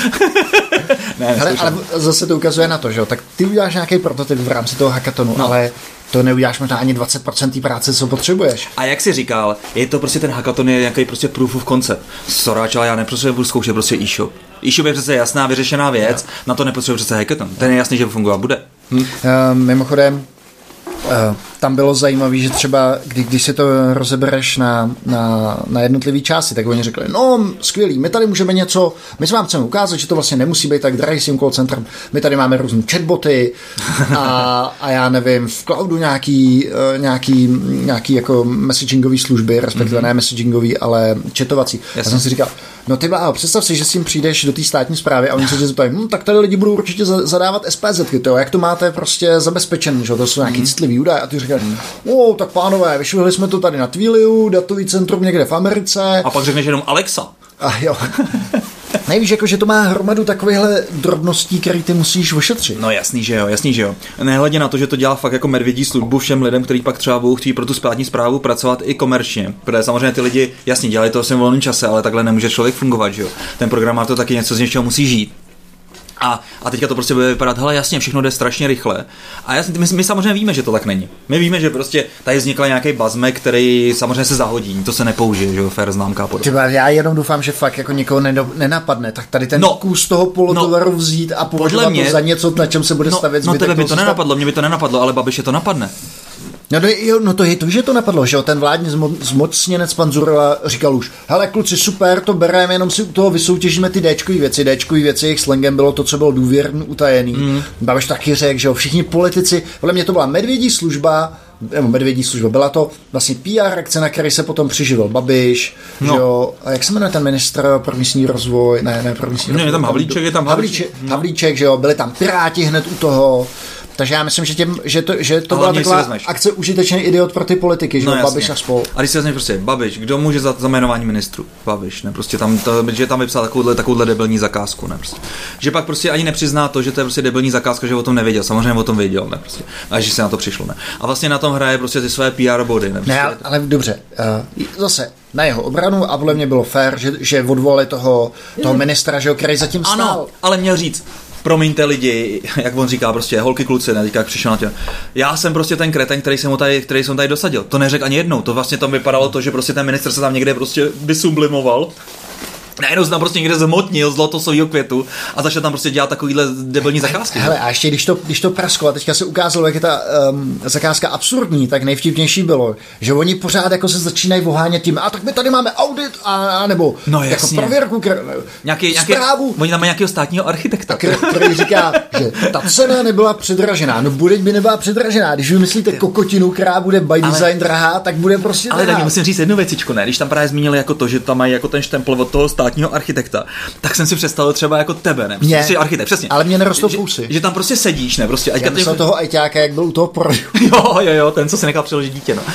ne, ale, ale zase to ukazuje na to, že jo, tak ty uděláš nějaký prototyp v rámci toho hackatonu, no. Ale to neuděláš možná ani dvacet procent té práce, co potřebuješ. A jak jsi říkal, je to prostě ten hackathon je nějaký prostě proof of concept. Soráč, ale já nepotřebuji budu zkoušet prostě e-shop. E-shop je přece jasná, vyřešená věc, no. Na to nepotřebuji přece hackathon. Ten je jasný, že fungovat bude. Hm? Uh, mimochodem, Uh, tam bylo zajímavé, že třeba kdy, když si to rozebereš na, na, na jednotlivé části, tak oni řekli, no skvělý, my tady můžeme něco, my se vám chceme ukázat, že to vlastně nemusí být tak drahý s tím call centrem, my tady máme různý chatboty a, a já nevím, v cloudu nějaký, uh, nějaký, nějaký jako messagingový služby, respektive mm-hmm. ne messagingový, ale chatovací. Já jsem si říkal, no ty bláho, představ si, že s tím přijdeš do té státní správy a oni se tě zeptají, hm, tak tady lidi budou určitě zadávat S P Z, to, jak to máte prostě zabezpečené, že to jsou nějaký mm. citlivý údaje a ty říkáš, o, tak pánové, vyšvihli jsme to tady na Twiliu, datový centrum někde v Americe. A pak řekneš jenom Alexa. A jo. Nejvíš, jako, že to má hromadu takovýchhle drobností, který ty musíš ošetřit. No jasný, že jo, jasný, že jo. Nehledě na to, že to dělá fakt jako medvědí službu všem lidem, kteří pak třeba budou chtít pro tu státní správu pracovat i komerčně. Protože samozřejmě ty lidi jasně dělají to v svém volném čase, ale takhle nemůže člověk fungovat, že jo. Ten programátor to taky něco z něčeho musí žít. A, a teďka to prostě bude vypadat, hele jasně, všechno jde strašně rychle. A jasně, my, my samozřejmě víme, že to tak není. My víme, že prostě tady vznikl nějaký buzzme, který samozřejmě se zahodí, to se nepoužije, že jo, fair známka a podobně. Já jenom doufám, že fakt jako nikoho nenapadne, tak tady ten no, kus toho polotovaru no, vzít a považovat to za něco, na čem se bude no, stavět zbytek. No tebe by to nenapadlo, stav... mě by to nenapadlo, ale Babiše to napadne. No, jo, no to je to, že to napadlo, že jo, ten vládní zmocněnec pan Zurla říkal už, hele kluci, super, to bereme, jenom si u toho vysoutěžíme ty Dčkový věci, Dčkový věci, jejich slangem bylo to, co bylo důvěrný, utajený. Mm. Babiš taky řekl, že jo, všichni politici, podle mě to byla medvědí služba, nebo medvědí služba, byla to vlastně P R akce, na který se potom přiživil Babiš, no. Že jo, a jak se jmenuje ten ministr pro místní rozvoj, ne, ne, pro místní rozvoj. Ne, je tam Havlíček, je tam Havlíček, Havlíček, že jo, byli tam Piráti hned u toho. Takže já myslím, že, těm, že to, že to byla taková akce užitečný idiot pro ty politiky, že no, Babiš a spol. A když si vezmeš prostě Babiš, kdo může za, za jmenování ministru? Babiš, ne? Prostě tam, to, že tam vypsal takovouhle, takovouhle debilní zakázku, ne? Prostě. Že pak prostě ani nepřizná to, že to je prostě debilní zakázka, že o tom nevěděl. Samozřejmě o tom věděl, ne? Prostě. A že se na to přišlo, ne? A vlastně na tom hraje prostě ty své P R body, ne? Prostě. Ne, ale, ale dobře, uh, zase na jeho obranu a podle mě bylo fér, že, že odvolali toho, toho ministra, že který zatím stál. Ano, ale měl říct, promiňte lidi, jak on říká, prostě holky, kluci, ne, jak přišel na tě. Já jsem prostě ten kreten, který jsem tady, který jsem tady dosadil. To neřekl ani jednou. To vlastně tam vypadalo to, že prostě ten ministr se tam někde prostě vysublimoval. Najednou se tam prostě někde zmotnil z lotosovýho květu a začal tam prostě dělat takovýhle debilní zakázky. Hele, a ještě když to, když to prasklo a teďka se ukázalo, jak je ta um, zakázka absurdní, tak nejvtipnější bylo, že oni pořád jako se začínají vohánět tím, a tak my tady máme audit a, a nebo no, jako prověrku, kr, nějaký, zprávu. Nějaký, oni tam mají nějakého státního architekta. Který, který říká, že ta cena nebyla předražená. No bude by nebyla předražená. Když vymyslíte kokotinu, která bude by design ale, drahá, tak bude prostě ale drahá. Ale tak musím říct jednu věcičku, ne? Když tam právě zmínili jako to, že tam mají jako ten štempl od toho státního architekta, tak jsem si představil třeba jako tebe, ne? Prostě mě, architekt, přesně. Ale mě nerostou fousy. Že, že tam prostě sedíš, ne? Prostě já myslel toho ajťáka, jak byl u toho porodu. jo, jo, jo, ten, co si nechal přeložit dítě, no.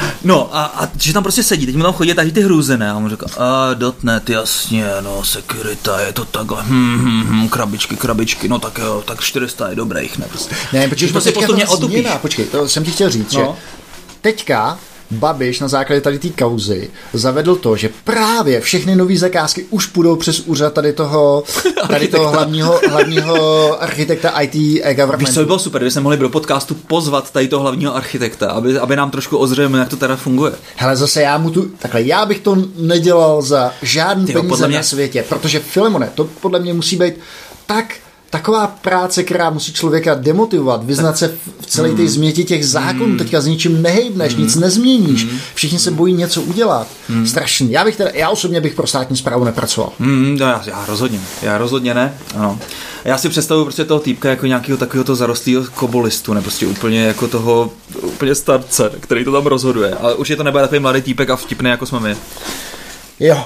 No a, a že tam prostě sedí, teď mu tam chodí tady ty hrůzy, ne? A on říká, a dotnet, jasně, no, securita, je to takhle, hm, hm, hm, krabičky, krabičky, no tak jo, tak čtyři sta je dobrých, ne? Prostě. Ne, počkej, to prostě postupně otupíš. Počkej, to jsem ti chtěl říct, no. Že teďka Babiš na základě tady té kauzy zavedl to, že právě všechny nové zakázky už půjdou přes úřad tady toho, tady toho hlavního, hlavního architekta I T e-governmentu. Víš, co by bylo super, kdyby jsme mohli do podcastu pozvat tady toho hlavního architekta, aby, aby nám trošku ozřejmil, jak to teda funguje. Hele, zase já mu tu, takhle, já bych to nedělal za žádný Tyho, peníze mě... na světě, protože Filemone, to podle mě musí být tak taková práce, která musí člověka demotivovat, vyznat se v celé té změti těch zákonů, mm. teďka s ničím nehejbneš, mm. nic nezměníš, mm. všichni se bojí něco udělat. Mm. Strašný. Já bych teda, já osobně bych pro státní správu nepracoval. Mm, no já, já rozhodně, já rozhodně ne. Ano. Já si představuji prostě toho týpka jako nějakého takového to zarostlého kobolistu, ne prostě úplně jako toho úplně starce, který to tam rozhoduje. Ale už je to nebude takový mladý týpek a vtipný, jako jsme my. Jo,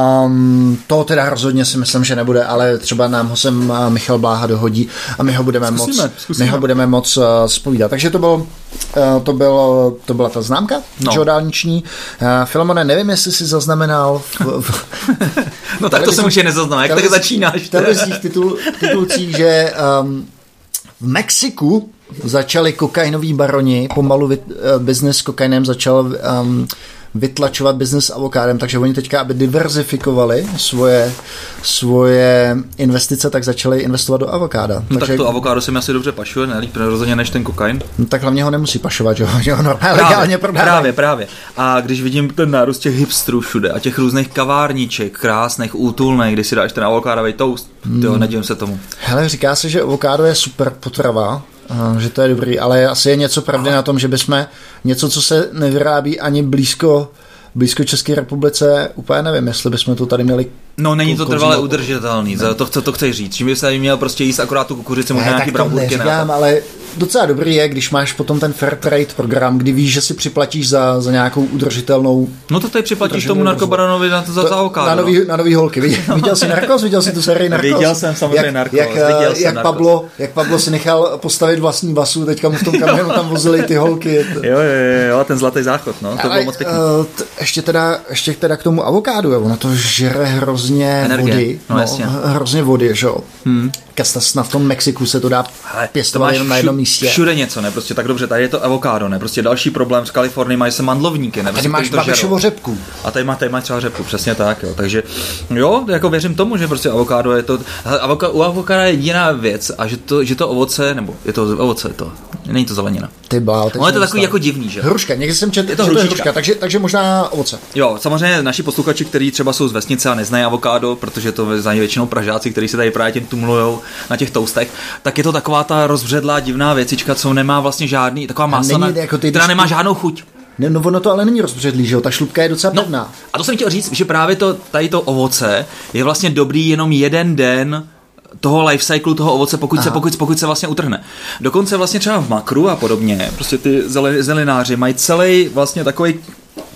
um, to teda rozhodně si myslím, že nebude, ale třeba nám ho sem Michal Bláha dohodí a my ho budeme zkusíme, moc, zkusíme. my ho budeme moc uh, zpovídat. Takže to, byl, uh, to, byl, to byla ta známka, no. Že dálniční. Uh, Filemone, nevím, jestli jsi zaznamenal v, v, no tak to jsem už je nezaznamenal, jak tak začínáš. V televizních titul, titulcích, že um, v Mexiku začali kokainoví baroni, pomalu uh, business s kokainem začal um, vytlačovat biznes s avokádem, takže oni teďka, aby diverzifikovali svoje, svoje investice, tak začali investovat do avokáda. No takže, tak to avokádo se mi asi dobře pašuje, ne? Líp rozhodně než ten kokain. No tak hlavně ho nemusí pašovat, že ho normálně legálně prodávají. Právě, právě. A když vidím ten nárůst těch hipstrů všude a těch různých kavárniček, krásných, útulných, kdy si dáš ten avokádový toast, hmm. tyjo, nedivím se tomu. Hele, říká se, že avokádo je super potrava, že to je dobrý, ale asi je něco pravdy na tom, že bychom něco, co se nevyrábí ani blízko, blízko České republice, úplně nevím, jestli bychom to tady měli. No není to trvale udržitelný, to, to, to chceš říct, čím bys tady měl prostě jíst akorát tu kukuřici, možná nějaký brambůrky. Ne, ale docela dobrý je, když máš potom ten fair trade program, kdy víš, že si připlatíš za, za nějakou udržitelnou. No to tady připlatíš tomu narkobaranovi na to za avokádo. Na nový, na nový holky. Viděl, viděl jsi Narcos? Viděl jsi tu sérii Narcos? Viděl jsem samozřejmě Narcos. Jak, viděl jak, jsem jak, Narcos. Pablo, jak Pablo si nechal postavit vlastní basu, teďka mu v tom kamionu tam vozili ty holky. Jo, jo, jo, ten zlatý záchod, no, to ale, bylo moc pěkný. Uh, t- ještě, teda, ještě teda k tomu avokádu, jo, ono to žere hrozně Energie. vody. No, no hrozně vody, že jo. Hmm. Na v tom Mexiku se to dá ale pěstovat jenom na jednom místě. Všude něco, ne? Prostě tak dobře, tady je to avokádo, ne? Prostě další problém v Kalifornii mají se mandlovníky, ne? Tady máš Babišovo řepku. A tady má, tady má třeba řepku, přesně tak, jo. Takže jo, jako věřím tomu, že prostě avokádo je to, avoka, u avokáda je jediná věc a že to, že to ovoce, nebo je to ovoce, to, není to zelenina. Ty blá, no, je to takový jako divný, že? Hruška, někdy jsem četl, je to hruška, takže, takže možná ovoce. Jo, samozřejmě naši posluchači, kteří třeba jsou z vesnice a neznají avokádo, protože to znají většinou Pražáci, kteří se tady právě tím tumlujou na těch toastech, tak je to taková ta rozbředlá divná věcička, co nemá vlastně žádný, taková masa, není, jako ty, která nemá žádnou chuť. Ne, no ono to ale není rozbředlý, že jo, ta šlupka je docela pevná. No, a to jsem chtěl říct, že právě to, tady to ovoce je vlastně dobrý jenom jeden den toho life cyclu toho ovoce, pokud se, pokud, pokud se vlastně utrhne. Dokonce vlastně třeba v makru a podobně, prostě ty zelináři mají celý vlastně takový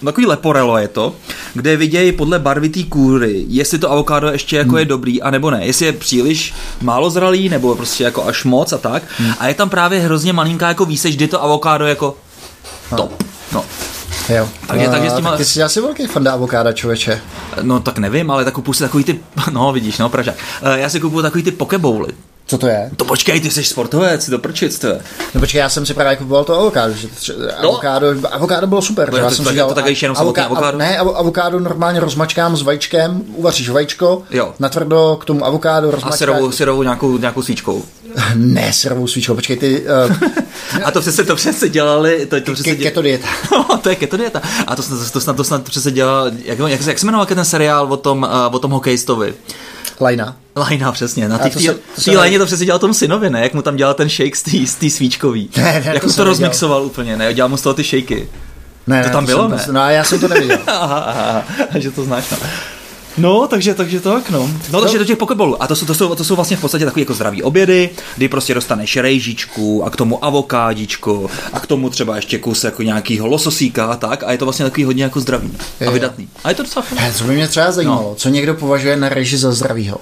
takový leporelo je to, kde vidějí podle barvy té kůry, jestli to avokádo ještě jako hmm. je dobrý, anebo ne. Jestli je příliš málo zralý, nebo prostě jako až moc a tak. Hmm. A je tam právě hrozně malinká jako výseč, kdy to avokádo jako top. No. Jo. Takže, no, takže s těma... tak ty jsi asi velký fanda avokáda, člověče. No tak nevím, ale tak kupuji si takový ty, no vidíš, no pražák. Já si kupuji takový ty pokebowly. Co to je? To počkej, ty jsi sportovec, to prčic, to je. No počkej, já jsem si právě kupoval to avokádo, že tři, no. avokádo, avokádo bylo super. No, já to, jsem to, si dělal, to tak ještě jenom avokádo? avokádo? Ne, avokádo normálně rozmačkám s vajíčkem, uvaříš vajíčko, jo. natvrdo k tomu avokádo rozmačkáš. A syrovou, syrovou nějakou, nějakou svíčkou. Ne, syrovou svíčkou, počkej, ty... Uh... A to přece, to přece dělali... To, to přece Ke, keto dieta. No, to je keto dieta. A to, to, to, snad, to snad přece dělal... Jak, jak, jak se jmenoval ten seriál o tom, uh, o tom hokejistovi? Lajna. Lajna, přesně. Na té lajně to přesně dělal tomu synovi, ne? Jak mu tam dělal ten shake z té svíčkový. Ne, ne, jak to mu to rozmixoval úplně, ne? Dělal mu z toho ty shakey. Ne, to tam to bylo, jsem, ne? No, já jsem to neviděl. aha, aha, aha, že to znáš, no. No, takže, takže tak, no. No, takže do těch pokeballů. A to jsou, to, jsou, to jsou vlastně v podstatě takový jako zdravý obědy, kdy prostě dostaneš rejžičku a k tomu avokádičku a k tomu třeba ještě kus jako nějakýho lososíka a tak. A je to vlastně takový hodně jako zdravý a je. vydatný. A je to docela fajn. Co by mě třeba zajímalo, no. Co někdo považuje na rejži za zdravýho?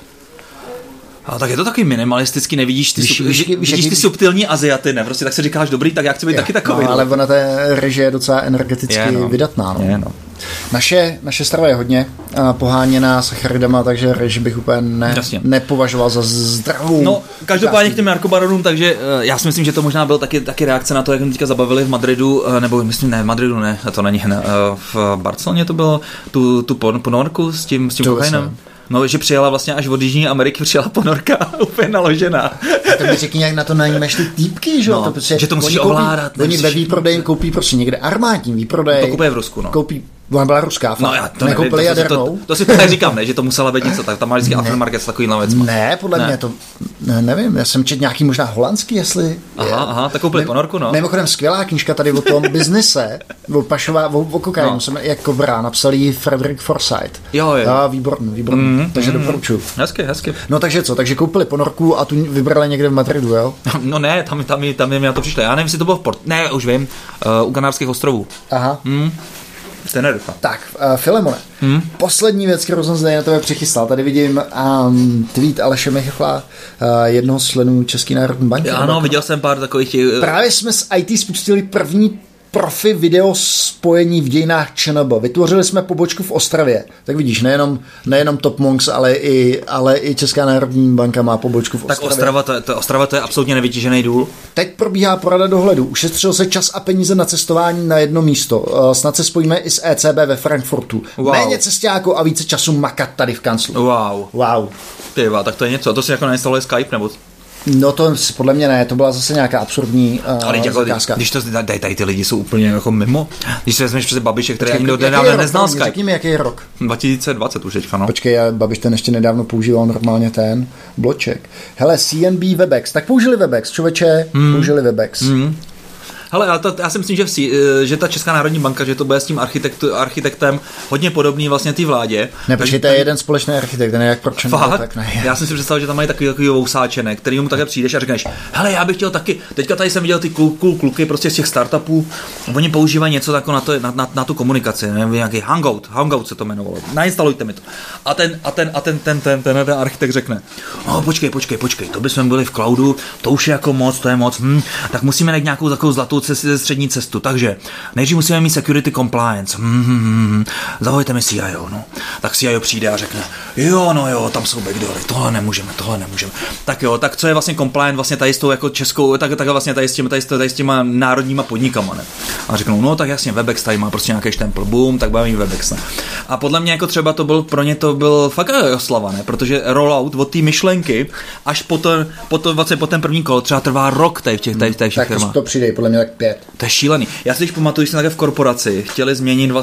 A tak je to taky minimalistický, nevidíš ty, víš, sub, víš, vidíš víš, ty subtilní Aziaty, ne? Prostě tak si říkáš, dobrý, tak já chci být je, taky takový. No, ale ona ta reže je docela energeticky je, no. vydatná. No. Je, no. Naše, naše strava je hodně poháněná sacharidama, takže reži bych úplně ne, nepovažoval za zdravou. No, každopádně k těm narkobaronům, takže uh, já si myslím, že to možná byl taky, taky reakce na to, jak jsme teďka zabavili v Madridu, uh, nebo myslím, ne, v Madridu ne, to není, ne, uh, v Barceloně to bylo, tu, tu ponorku s tím, s tím kokainem. No, že přijela vlastně až od Jižní Ameriky, přijela ponorka úplně naložená. To mi řekni, jak na to najímeš ty týpky, že? No, to prostě, že to musíš ovládat. Oni ve výprodeji koupí prostě někde armádní výprodej. To kupuje v Rusku, no. Koupí, ona byla ruská, no, já to nekoupili jadernou. To, to, to si tak říkám, ne, že to musela být něco, tak tam má vždycky aftermarket s takovýhle věcma. Ne, podle ne. mě to, ne, nevím, já jsem četl nějaký možná holandský, jestli... Aha, aha, tak koupili ponorku, no. Mimochodem skvělá knížka tady o tom biznise, o pašová, o, o kokainu, no. jsem jak Kobra, napsal jí Frederick Forsyth. Jo, jo. A výborný, výborný, mm, takže mm, doporučuji. Hezky, hezky. No takže co, takže koupili ponorku a tu vybrali někde v Madridu, jo? No ne, tam, tam, tam mi na to přišlo, já nevím, jestli to bylo v Port... Ne, už vím, uh, u Kanárských ostrovů. Aha. Mm. Tenerife. Tak, uh, Filemone, hmm? poslední věc, kterou jsem zde na tebe přichystal. Tady vidím um, tweet Aleše Michla, uh, jednoho z členů České národní banky. Ano, viděl jsem pár takových těch... Uh... Právě jsme s í té spustili první profi video spojení v dějinách ČNB. Vytvořili jsme pobočku v Ostravě. Tak vidíš, nejenom, nejenom Top Monks, ale i, ale i Česká národní banka má pobočku v Ostravě. Tak Ostrava to, to, Ostrava to je absolutně nevytížený důl. Teď probíhá porada dohledu. Ušetřil se čas a peníze na cestování na jedno místo. Snad se spojíme i s E C B ve Frankfurtu. Wow. Méně cestáků a více času makat tady v kanclu. Wow. Wow. Tyva, tak to je něco. To si jako nainstaluje Skype nebo... No to podle mě ne, to byla zase nějaká absurdní uh, ale jako, zakázka. Když to tady, tady ty lidi jsou úplně jako mimo. Když si vezmeš přes Babiše, který ani nedávno neznal Skype. Řekni mi, jaký je rok. dva tisíce dvacet už teďka, no. Počkej, já Babiš ten ještě nedávno používal normálně ten bloček. Hele, C N B Webex, tak použili Webex, člověče, mm. použili Webex. Mm. Hele, ale to, já si myslím, že, v, že ta Česká národní banka, že to bude s tím architektu, architektem hodně podobný vlastně té vládě. Ne, protože to je jeden společný architekt, ne jak proč nebo tak ne. Já jsem si představil, že tam mají takový takový vousáčenek, který mu také přijdeš a řekneš, hele, já bych chtěl taky, teďka tady jsem viděl ty cool, cool kluky prostě z těch startupů, oni používají něco tako na, to, na, na, na tu komunikaci, nevím, nějaký Hangout, Hangout se to jmenovalo, nainstalujte mi to. A ten, a ten, a ten, ten, ten, ten, ten architekt řekne, no počkej, počkej, počkej, to bychom byli v cloudu, to už je jako moc, to je moc, hm, tak musíme najít nějakou takovou zlatou cestu, střední cestu. Takže nejdřív musíme mít security compliance. Mm-hmm. Zavolejte mi C I O. No. Tak C I O přijde a řekne, jo, no jo, tam jsou backdoory, tohle nemůžeme, tohle nemůžeme. Tak jo, tak co je vlastně compliant vlastně tady s tou jako českou, tak, tak vlastně tady s těma, tady, tady s těma národníma podnikama, ne? A řeknou, no tak jasně, Webex tady má prostě nějaký štempl, boom, tak budeme mít Webex, ne? A podle mě jako třeba to byl, pro ně to byl fakt oslava, ne? Protože rollout od té myšlenky až po, to, po, to, vlastně po ten první kolo třeba trvá rok tady v těch, tady v těch firmách. Tak to přijde, podle mě tak pět. To je šílený. Já si když pamatuju, že jsme také v korporaci chtěli změnit vlastně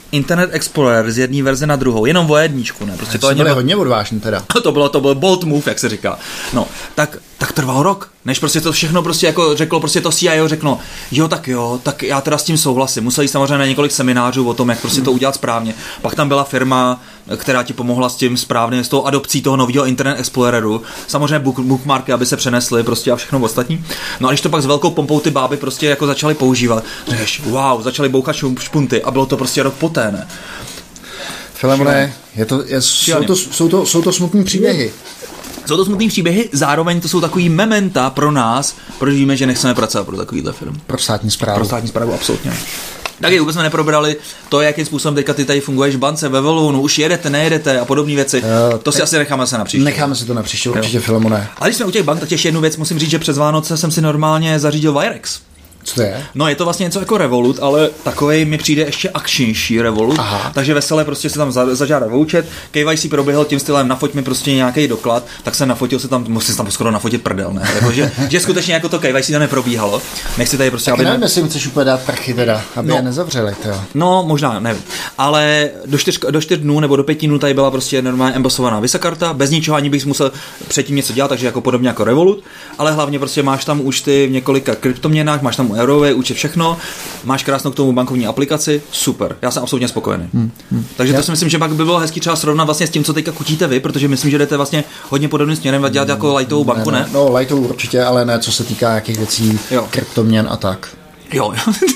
Internet Explorer z jedné verze na druhou, jenom o jedničku, ne? Prostě to bylo hodně odvážný teda. To bylo, to byl bold move, jak se říká. No, tak, tak trvalo rok, než prostě to všechno prostě jako řeklo, prostě to C I O řeklo, jo, tak jo, tak já teda s tím souhlasím. Museli samozřejmě na několik seminářů o tom, jak prostě to udělat správně. Pak tam byla firma, která ti pomohla s tím správným, s tou adopcí toho nového Internet Exploreru. Samozřejmě book, bookmarky, aby se přenesly prostě a všechno ostatní. No a když to pak s velkou pompou ty báby prostě jako začaly používat, řekneš, wow, začaly bouchat špunty a bylo to prostě rok poté, ne? Filemone, je to, je, jsou, to, jsou, to, jsou to smutný příběhy. Jsou to smutný příběhy, zároveň to jsou takový mementa pro nás, protože víme, že nechceme pracovat pro takovýhle firmy. Pro státní správu. Pro státní správu, absolutně. Taky vůbec jsme neprobrali to, jakým způsobem teďka ty tady funguješ v bance, ve Velunu, už jedete, nejedete a podobné věci. Uh, to si asi necháme se na příště. Necháme si to na příště, určitě, Filemone. Ale když jsme u těch bank, tak ještě jednu věc musím říct, že přes Vánoce jsem si normálně zařídil Wirex. Co to je? No je to vlastně něco jako Revolut, ale takovej mi přijde ještě akčnější Revolut. Aha. Takže veselé prostě se tam za, zažádá vouchet. K Y C proběhl tím stylem, nafoť mi prostě nějaký doklad, tak se nafotil se tam, musím tam skoro nafotit prdel, ne? Jako, že, že skutečně jako to K Y C tam neprobíhalo. Nechci tady prostě, tak aby nevím, jestli mi chceš úplně dát prachy teda, aby no, je nezavřeli, to jo. No, možná, nevím. Ale do čtyř, do čtyř dnů nebo do pěti dnů tady byla prostě normálně embosovaná Visa karta, bez ničeho ani bych musel předtím něco dělat, takže jako podobně jako Revolut, ale hlavně prostě máš tam účty v několika kryptoměnách, máš tam eurové účty, všechno, máš krásnou k tomu bankovní aplikaci, super. Já jsem absolutně spokojený. Hmm, hmm. Takže to já si myslím, že pak by bylo hezký třeba srovnat vlastně s tím, co teďka kutíte vy, protože myslím, že jdete vlastně hodně podobným směrem a dělat jako lightovou banku, ne? ne? No, lightovou určitě, ale ne, co se týká jakých věcí, jo. kryptoměn a tak. Jo.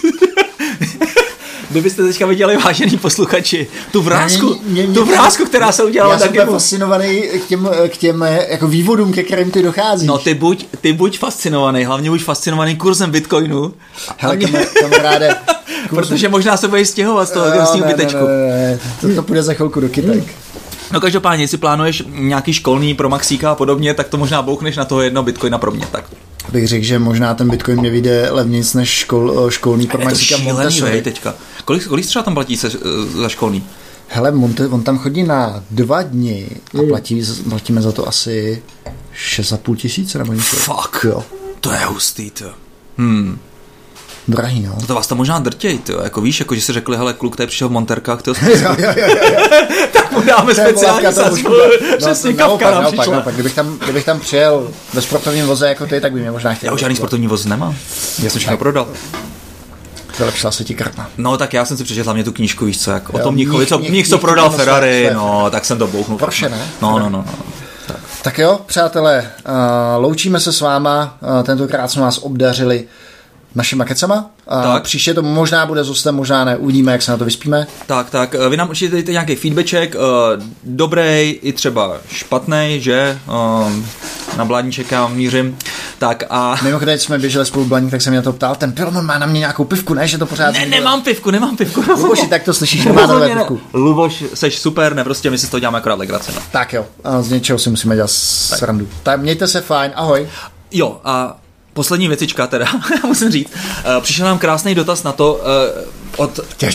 Kdybyste teďka viděli, vážení posluchači, tu vrásku, mě, mě, tu vrásku, která se udělala. Já jsem byl fascinovaný k těm, k těm jako vývodům, ke kterým ty docházíš. No ty buď, ty buď fascinovaný, hlavně buď fascinovaný kurzem Bitcoinu. Hele, mě... kamaráde. Protože možná se budeš stěhovat z toho agresního bytečku. Ne, ne, ne. To, to půjde za chvilku do kytek. Hmm. No každopádně, jestli plánuješ nějaký školní pro Maxíka a podobně, tak to možná bouchneš na toho jednoho Bitcoina pro mě. Tak. Bych řekl, že možná ten Bitcoin mě vyjde levnějc než škol, školní pro Maxíka Montessori. Teďka. Kolik, kolik třeba tam platí se, za školní? Hele, Monte, on tam chodí na dva dny a platí, platíme za to asi šest a půl tisíce nebo něco. Fuck, jo. To je hustý, to. Hmm. Drahý, no. To vás tam možná drtěj, tyjo. Jako víš, jako že si řekli, hele, kluk tady přišel v monterkách, tyjo. Tak mu dáme speciální sazbu. Přesně, kapka nám přišla. Naopak, kdybych tam, kdybych tam přijel ve sportovním voze jako ty, tak by mě možná chtěl. Já už žádný sportovní voz nemám. Já jsem všechno prodal. Vylepšila se ti karta. No tak já jsem si přečetl hlavně tu knížku, víš co, jak jo, o tom mnichovi, co, mnich, co prodal Ferrari, no, tak jsem to bouchnul. Porsche, ne? No, no, no. no. Tak. tak jo, přátelé, uh, loučíme se s váma, uh, tentokrát jsme vás obdařili našima kecama. Tak. Příště to možná bude s hostem, možná ne, uvidíme, jak se na to vyspíme. Tak, tak, vy nám určitě dejte nějaký feedbackček, uh, dobrý i třeba špatný, že? Uh, na Bláníček já mířím. Tak a... Mimochodem, když jsme běželi spolu Blaník, tak jsem mě na to ptal, ten Pilman má na mě nějakou pivku, ne? Že to pořád... Ne, nemám pivku, nemám pivku. Luboši, tak to slyšíš, nemá nové pivku. Luboš, seš super, ne, prostě my si z toho děláme akorát legraci. No. Tak jo, a z něčeho si musíme dělat srandu. Tak mějte se fajn, ahoj. Jo, a poslední věcička teda, musím říct. Uh, přišel nám krásný dotaz na to uh, od,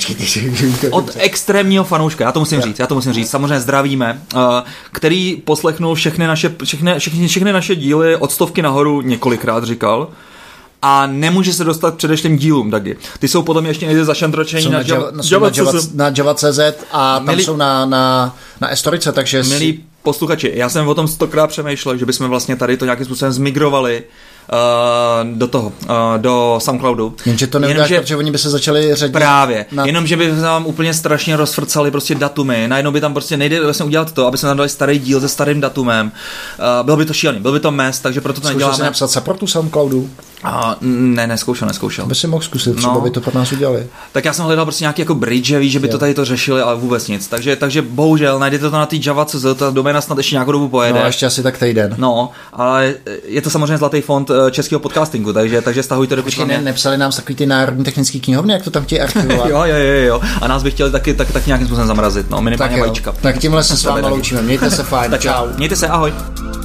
od extrémního fanouška, já to musím říct, já to musím říct, samozřejmě zdravíme, uh, který poslechnul všechny naše, všechny, všechny, všechny naše díly od stovky nahoru několikrát říkal. A nemůže se dostat k předešlým dílům, Dagi. Ty jsou potom ještě někde zašantročení na Java, na Java, na Java tečka cé zet a tam milí, jsou na, na, na Estorice, takže... Milí si... posluchači, já jsem o tom stokrát přemýšlel, že bychom vlastně tady to nějakým způsobem zmigrovali uh, do toho, uh, do SoundCloudu. Jenže to neuděláš, Jenom, protože oni by se začali řadit. Právě, na... jenom, že by tam úplně strašně rozfrcali prostě datumy, najednou by tam prostě nejde vlastně udělat to, aby jsme tam dali starý díl se starým datumem. Uh, bylo by to šílený, byl by to mes, takže proto to neděláme. Zkoušel jsi napsat supportu SoundCloudu? Uh, ne, neskoušel, neskoušel. By si mohl zkusit, třeba no. by to pro nás udělali. Tak já jsem hledal prostě nějaký jako bridge, víš, že by jo. to tady to řešili, ale vůbec nic. Takže, takže bohužel, najdete to na té Java tečka cé zet, ta doména snad ještě nějakou dobu pojede. No, ještě asi tak týden. No, ale je to samozřejmě zlatý fond českého podcastingu, takže, takže stahujte do Počkej, ne, nepsali nám takový ty národní technický knihovny, jak to tam chtějí archivovat. jo, jo, jo, jo. A nás by chtěli taky, tak, tak nějakým způsobem zamrazit, no, minimálně vajíčka. Tak tímhle se s vámi loučíme. Mějte se fajn. Čau. Mějte se, ahoj.